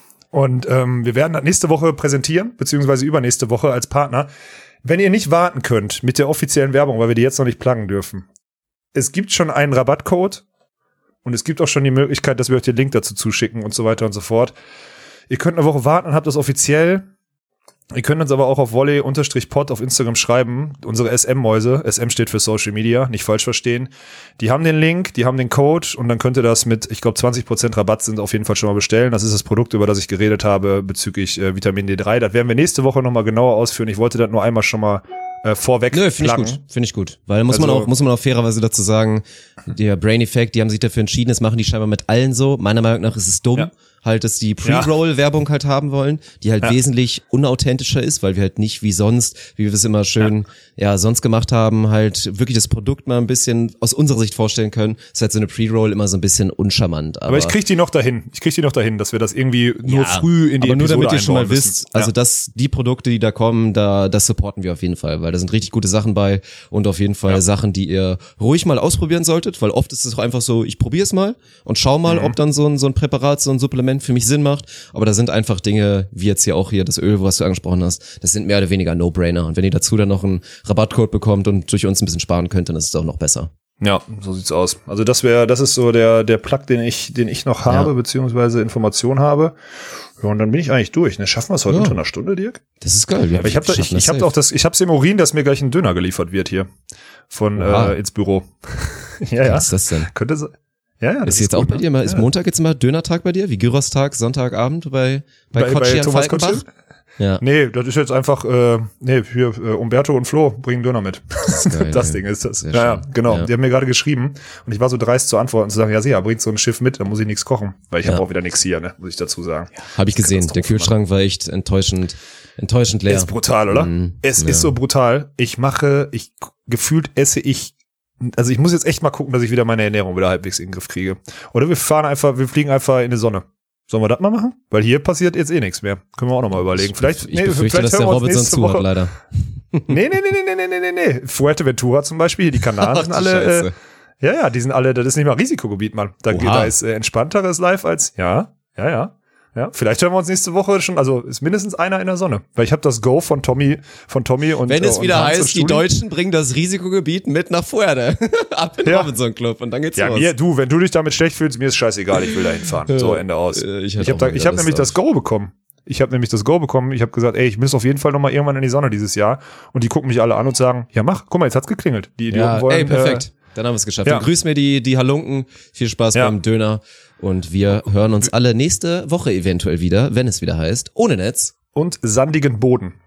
Und ähm, wir werden das nächste Woche präsentieren, beziehungsweise übernächste Woche als Partner. Wenn ihr nicht warten könnt mit der offiziellen Werbung, weil wir die jetzt noch nicht pluggen dürfen. Es gibt schon einen Rabattcode und es gibt auch schon die Möglichkeit, dass wir euch den Link dazu zuschicken und so weiter und so fort. Ihr könnt eine Woche warten und habt das offiziell. Ihr könnt uns aber auch auf volley-pod auf Instagram schreiben. Unsere S M-Mäuse, S M steht für Social Media, nicht falsch verstehen. Die haben den Link, die haben den Code und dann könnt ihr das mit, ich glaube, zwanzig Prozent Rabatt sind auf jeden Fall schon mal bestellen. Das ist das Produkt, über das ich geredet habe bezüglich äh, Vitamin D drei. Das werden wir nächste Woche nochmal genauer ausführen. Ich wollte das nur einmal schon mal äh, vorweg Nö, finde ich gut, finde ich gut. Weil muss also, man auch, muss man auch fairerweise dazu sagen, der Brain Effect, die haben sich dafür entschieden, das machen die scheinbar mit allen so. Meiner Meinung nach ist es dumm. Ja. Halt, dass die Pre-Roll-Werbung halt haben wollen, die halt ja. wesentlich unauthentischer ist, weil wir halt nicht wie sonst, wie wir es immer schön ja. ja sonst gemacht haben, halt wirklich das Produkt mal ein bisschen aus unserer Sicht vorstellen können. Das ist halt so eine Pre-Roll immer so ein bisschen uncharmant. Aber, aber ich krieg die noch dahin. Ich krieg die noch dahin, dass wir das irgendwie nur ja, früh in die aber Episode nur damit ihr schon mal wisst, also ja. dass die Produkte, die da kommen, da das supporten wir auf jeden Fall, weil da sind richtig gute Sachen bei und auf jeden Fall ja. Sachen, die ihr ruhig mal ausprobieren solltet, weil oft ist es auch einfach so, ich probier's mal und schau mal, mhm. ob dann so ein so ein Präparat, so ein Supplement für mich Sinn macht. Aber da sind einfach Dinge, wie jetzt hier auch hier das Öl, was du angesprochen hast, das sind mehr oder weniger No-Brainer. Und wenn ihr dazu dann noch einen Rabattcode bekommt und durch uns ein bisschen sparen könnt, dann ist es auch noch besser. Ja, so sieht's aus. Also das wäre, das ist so der der Plug, den ich, den ich noch habe, ja. beziehungsweise Information habe. Ja, und dann bin ich eigentlich durch. Ne? Schaffen wir es heute ja. unter einer Stunde, Dirk? Das ist geil. Ja, aber ich habe ich, ich hab auch das, ich hab's im Urin, dass mir gleich ein Döner geliefert wird hier von äh, ins Büro. ja, ja. Was ist das denn? Könnte so. Ja, ja, ist jetzt gut, auch bei dir mal, ist ja. Montag jetzt mal Dönertag bei dir? Wie Gyrostag, Sonntagabend bei, bei, bei Kotschi am Falkenbach? Ja. Nee, das ist jetzt einfach, äh, nee, hier, äh, Umberto und Flo bringen Döner mit. Das, ist geil, das Ding ist das. Ja, ja, genau. Ja. Die haben mir gerade geschrieben und ich war so dreist zu antworten und zu sagen, ja, sicher, bringt so ein Schiff mit, dann muss ich nichts kochen. Weil ich ja. habe auch wieder nichts hier, ne, muss ich dazu sagen. Ja. Habe ich gesehen. Der Kühlschrank war echt enttäuschend. Enttäuschend leer. Ist brutal, oder? Mm, es ja. ist so brutal. Ich mache, ich gefühlt esse ich, also ich muss jetzt echt mal gucken, dass ich wieder meine Ernährung wieder halbwegs in den Griff kriege. Oder wir fahren einfach, wir fliegen einfach in die Sonne. Sollen wir das mal machen? Weil hier passiert jetzt eh nichts mehr. Können wir auch noch mal überlegen. Vielleicht, ich nee, befürchte, vielleicht dass der hören wir uns Robinson nächste zu hat, Woche. leider. Nee, nee, nee, nee, nee, nee, nee, nee. Fuerteventura zum Beispiel, die Kanaren sind Ach, alle, Scheiße. äh, ja, ja, die sind alle, das ist nicht mal Risikogebiet, Mann. Da, Oha. da ist äh, entspannteres Live als, ja, ja, ja. Ja, vielleicht hören wir uns nächste Woche schon, also ist mindestens einer in der Sonne. Weil ich habe das Go von Tommy, von Tommy und Wenn es äh, wieder und Hans im heißt, die Studio. Deutschen bringen das Risikogebiet mit nach Fuerte. Ab in den Ja. Robinson Club und dann geht's Ja, los. mir, du, wenn du dich damit schlecht fühlst, mir ist scheißegal, ich will da hinfahren. So, Ende aus. Äh, ich Ich hätte habe auch da, mal ich wieder hab nämlich Lust das Go bekommen. Ich habe nämlich das Go bekommen. Ich habe gesagt, ey, ich muss auf jeden Fall noch mal irgendwann in die Sonne dieses Jahr. Und die gucken mich alle an und sagen, ja mach, guck mal, jetzt hat's geklingelt. Die Idioten Ja, wollen, ey, perfekt. Äh, Dann haben wir es geschafft. ja. Dann grüß mir die, die Halunken. Viel Spaß Ja. beim Döner. Und wir hören uns alle nächste Woche eventuell wieder, wenn es wieder heißt, ohne Netz. und sandigen Boden.